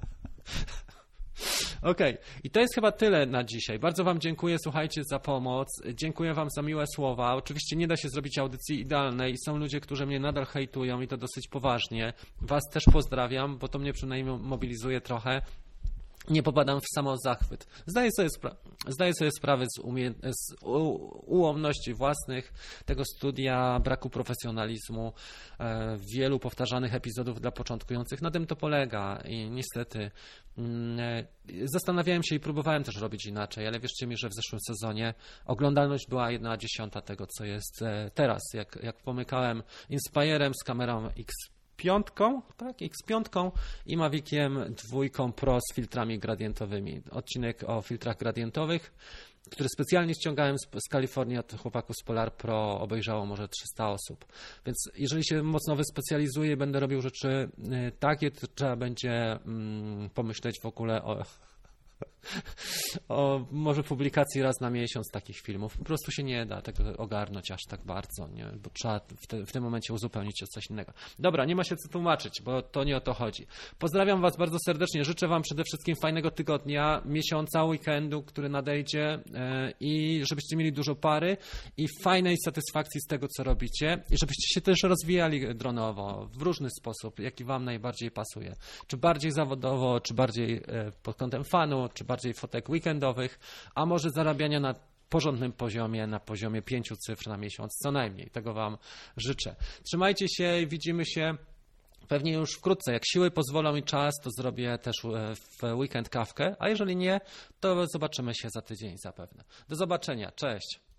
Okej, i to jest chyba tyle na dzisiaj. Bardzo Wam dziękuję, słuchajcie, za pomoc. Dziękuję Wam za miłe słowa. Oczywiście nie da się zrobić audycji idealnej. Są ludzie, którzy mnie nadal hejtują i to dosyć poważnie. Was też pozdrawiam, bo to mnie przynajmniej mobilizuje trochę. Nie popadam w samozachwyt. Zdaję sobie sprawę z ułomności własnych, tego studia, braku profesjonalizmu, wielu powtarzanych epizodów dla początkujących. Na tym to polega i niestety zastanawiałem się i próbowałem też robić inaczej, ale wierzcie mi, że w zeszłym sezonie oglądalność była 1/10 tego, co jest teraz. Jak pomykałem Inspirem z kamerą X5, tak, X5 i Maviciem 2 Pro z filtrami gradientowymi. Odcinek o filtrach gradientowych, który specjalnie ściągałem z Kalifornii od chłopaków z Polar Pro, obejrzało może 300 osób. Więc jeżeli się mocno wyspecjalizuję, będę robił rzeczy takie, to trzeba będzie pomyśleć w ogóle o może publikacji raz na miesiąc takich filmów. Po prostu się nie da tego ogarnąć aż tak bardzo, nie? Bo trzeba w tym momencie uzupełnić o coś innego. Dobra, nie ma się co tłumaczyć, bo to nie o to chodzi. Pozdrawiam Was bardzo serdecznie, życzę Wam przede wszystkim fajnego tygodnia, miesiąca, weekendu, który nadejdzie i żebyście mieli dużo pary i fajnej satysfakcji z tego, co robicie i żebyście się też rozwijali dronowo w różny sposób, jaki Wam najbardziej pasuje. Czy bardziej zawodowo, czy bardziej pod kątem fanu, czy bardziej fotek weekendowych, a może zarabiania na porządnym poziomie, na poziomie 5 cyfr na miesiąc co najmniej. Tego Wam życzę. Trzymajcie się i widzimy się pewnie już wkrótce. Jak siły pozwolą i czas, to zrobię też w weekend kawkę, a jeżeli nie, to zobaczymy się za tydzień zapewne. Do zobaczenia. Cześć.